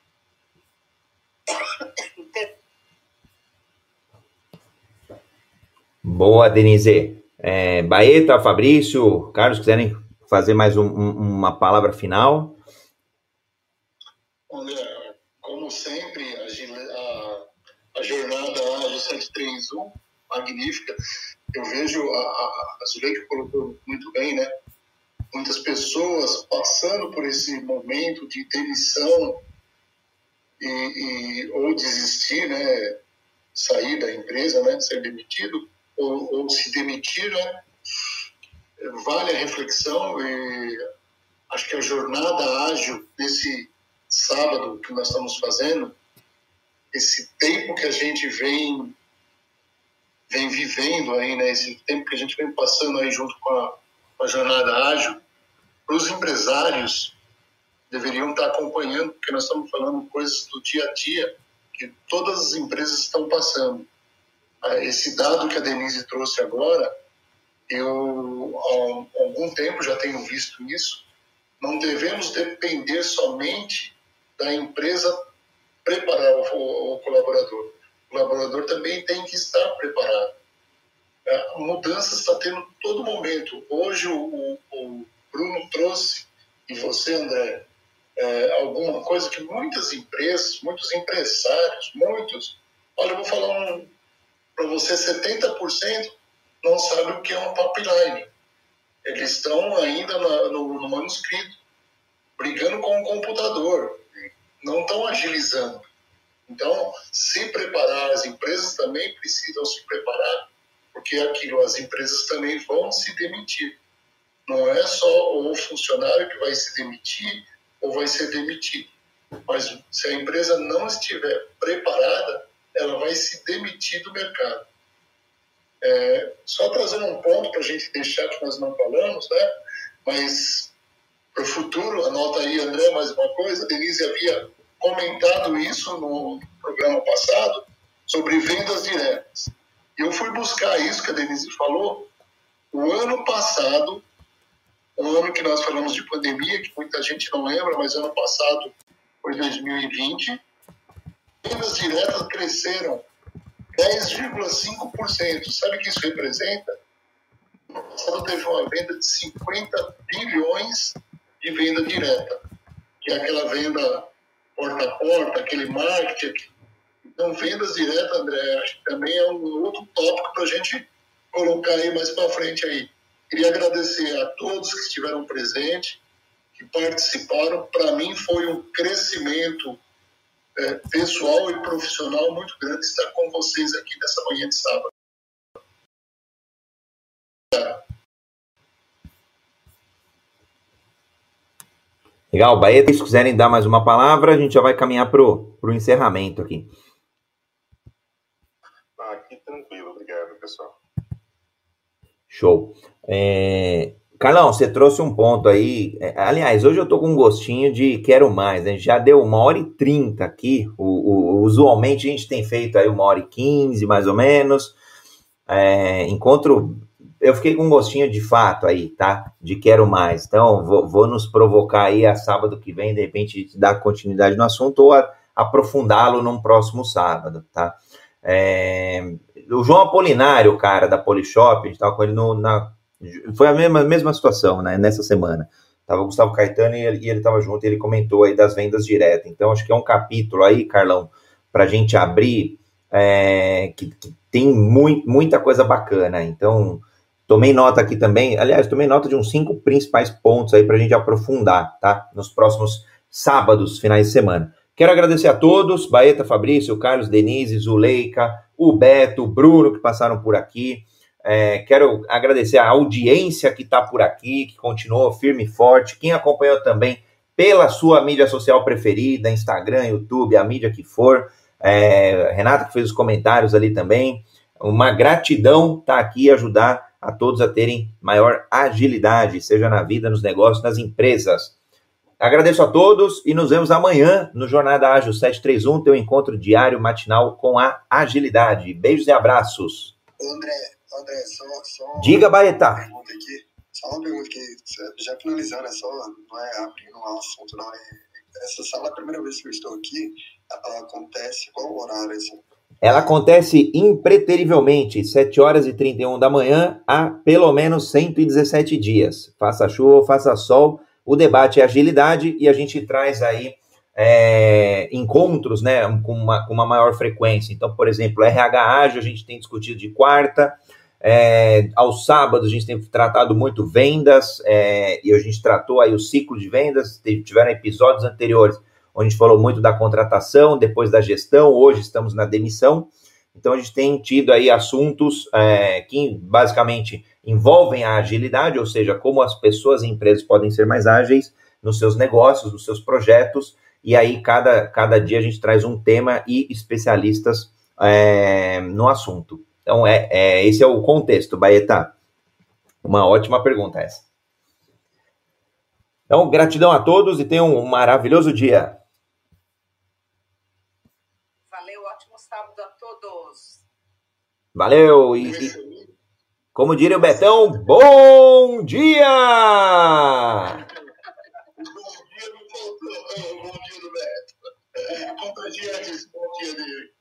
Boa, Denise. É, Baeta, Fabrício, Carlos, quiserem fazer mais um, um, uma palavra final? Olha, como sempre, a, a, a jornada Ágil sete três um, magnífica. Eu vejo, a, a, a Zuleika colocou muito bem, né? Muitas pessoas passando por esse momento de demissão e, e, ou desistir, né? Sair da empresa, né? Ser demitido, ou, ou se demitir, né? Vale a reflexão e acho que a jornada ágil desse sábado que nós estamos fazendo, esse tempo que a gente vem vem vivendo aí, né, esse tempo que a gente vem passando aí junto com a, com a jornada ágil, para os empresários deveriam estar acompanhando, porque nós estamos falando coisas do dia a dia que todas as empresas estão passando. Esse dado que a Denise trouxe agora, eu há algum tempo já tenho visto isso. Não devemos depender somente da empresa preparar o, o colaborador. O colaborador também tem que estar preparado. A mudança está tendo todo momento. Hoje o, o Bruno trouxe, e você, André, é, alguma coisa que muitas empresas, muitos empresários, muitos, olha, eu vou falar um, para você, setenta por cento não sabem o que é um pipeline. Eles estão ainda na, no, no manuscrito, brigando com o computador, não estão agilizando. Então, se preparar, as empresas também precisam se preparar, porque aquilo, as empresas também vão se demitir. Não é só o funcionário que vai se demitir ou vai ser demitido, mas se a empresa não estiver preparada, ela vai se demitir do mercado. É, só trazendo um ponto para a gente deixar que nós não falamos, né? Mas para o futuro, anota aí, André, mais uma coisa, a Denise havia comentado isso no programa passado, sobre vendas diretas. E eu fui buscar isso que a Denise falou. O ano passado, o ano que nós falamos de pandemia, que muita gente não lembra, mas ano passado foi dois mil e vinte, vendas diretas cresceram dez vírgula cinco por cento. Sabe o que isso representa? No ano passado teve uma venda de cinquenta bilhões de venda direta, que é aquela venda porta a porta, aquele marketing. Então, vendas diretas, André, acho que também é um outro tópico para a gente colocar aí mais para frente aí. Queria agradecer a todos que estiveram presentes, que participaram. Para mim foi um crescimento é, pessoal e profissional muito grande estar com vocês aqui nessa manhã de sábado. Legal, Baeta, se quiserem dar mais uma palavra, a gente já vai caminhar para o encerramento aqui. Ah, aqui tranquilo, obrigado, pessoal. Show. É... Carlão, você trouxe um ponto aí. Aliás, hoje eu tô com um gostinho de quero mais. A gente já deu uma hora e trinta aqui. O, o, usualmente a gente tem feito aí uma hora e quinze, mais ou menos. É... Encontro. Eu fiquei com um gostinho de fato aí, tá? De quero mais. Então, vou, vou nos provocar aí a sábado que vem, de repente, dar continuidade no assunto ou a, aprofundá-lo num próximo sábado, tá? É, o João Apolinário, cara, da Polishop, a gente tava com ele no, na... Foi a mesma, mesma situação, né? Nessa semana. Tava o Gustavo Caetano e ele, e ele tava junto e ele comentou aí das vendas diretas. Então, acho que é um capítulo aí, Carlão, pra gente abrir, é, que, que tem muito, muita coisa bacana. Então... Tomei nota aqui também, aliás, tomei nota de uns cinco principais pontos aí para a gente aprofundar, tá? Nos próximos sábados, finais de semana. Quero agradecer a todos, Baeta, Fabrício, Carlos, Denise, Zuleika, o Beto, o Bruno, que passaram por aqui. É, quero agradecer a audiência que está por aqui, que continuou firme e forte. Quem acompanhou também pela sua mídia social preferida, Instagram, YouTube, a mídia que for. É, Renata, que fez os comentários ali também. Uma gratidão estar aqui e ajudar a todos a terem maior agilidade, seja na vida, nos negócios, nas empresas. Agradeço a todos e nos vemos amanhã no Jornada Ágil setecentos e trinta e um, teu encontro diário matinal com a agilidade. Beijos e abraços. André, André, só, só Diga, Baeta. Uma pergunta aqui, só uma pergunta que, já finalizando, é só, não é abrindo um assunto, não, é, essa sala, a primeira vez que eu estou aqui, ela acontece qual horário, assim? Ela acontece impreterivelmente, sete horas e trinta e um da manhã, há pelo menos cento e dezessete dias. Faça chuva ou faça sol, o debate é agilidade e a gente traz aí é, encontros, né, com uma, com uma maior frequência. Então, por exemplo, R H ágil a gente tem discutido de quarta, é, aos sábados a gente tem tratado muito vendas, é, e a gente tratou aí o ciclo de vendas, tiveram episódios anteriores onde a gente falou muito da contratação, depois da gestão, hoje estamos na demissão. Então, a gente tem tido aí assuntos é, que basicamente envolvem a agilidade, ou seja, como as pessoas e empresas podem ser mais ágeis nos seus negócios, nos seus projetos, e aí cada, cada dia a gente traz um tema e especialistas é, no assunto. Então, é, é, esse é o contexto, Baeta. Uma ótima pergunta essa. Então, gratidão a todos e tenham um maravilhoso dia. Valeu, ótimo sábado a todos. Valeu! E, e como diria o Betão, bom dia! Bom dia, não faltou. Bom dia do Beto. Contagiantes, bom dia dele.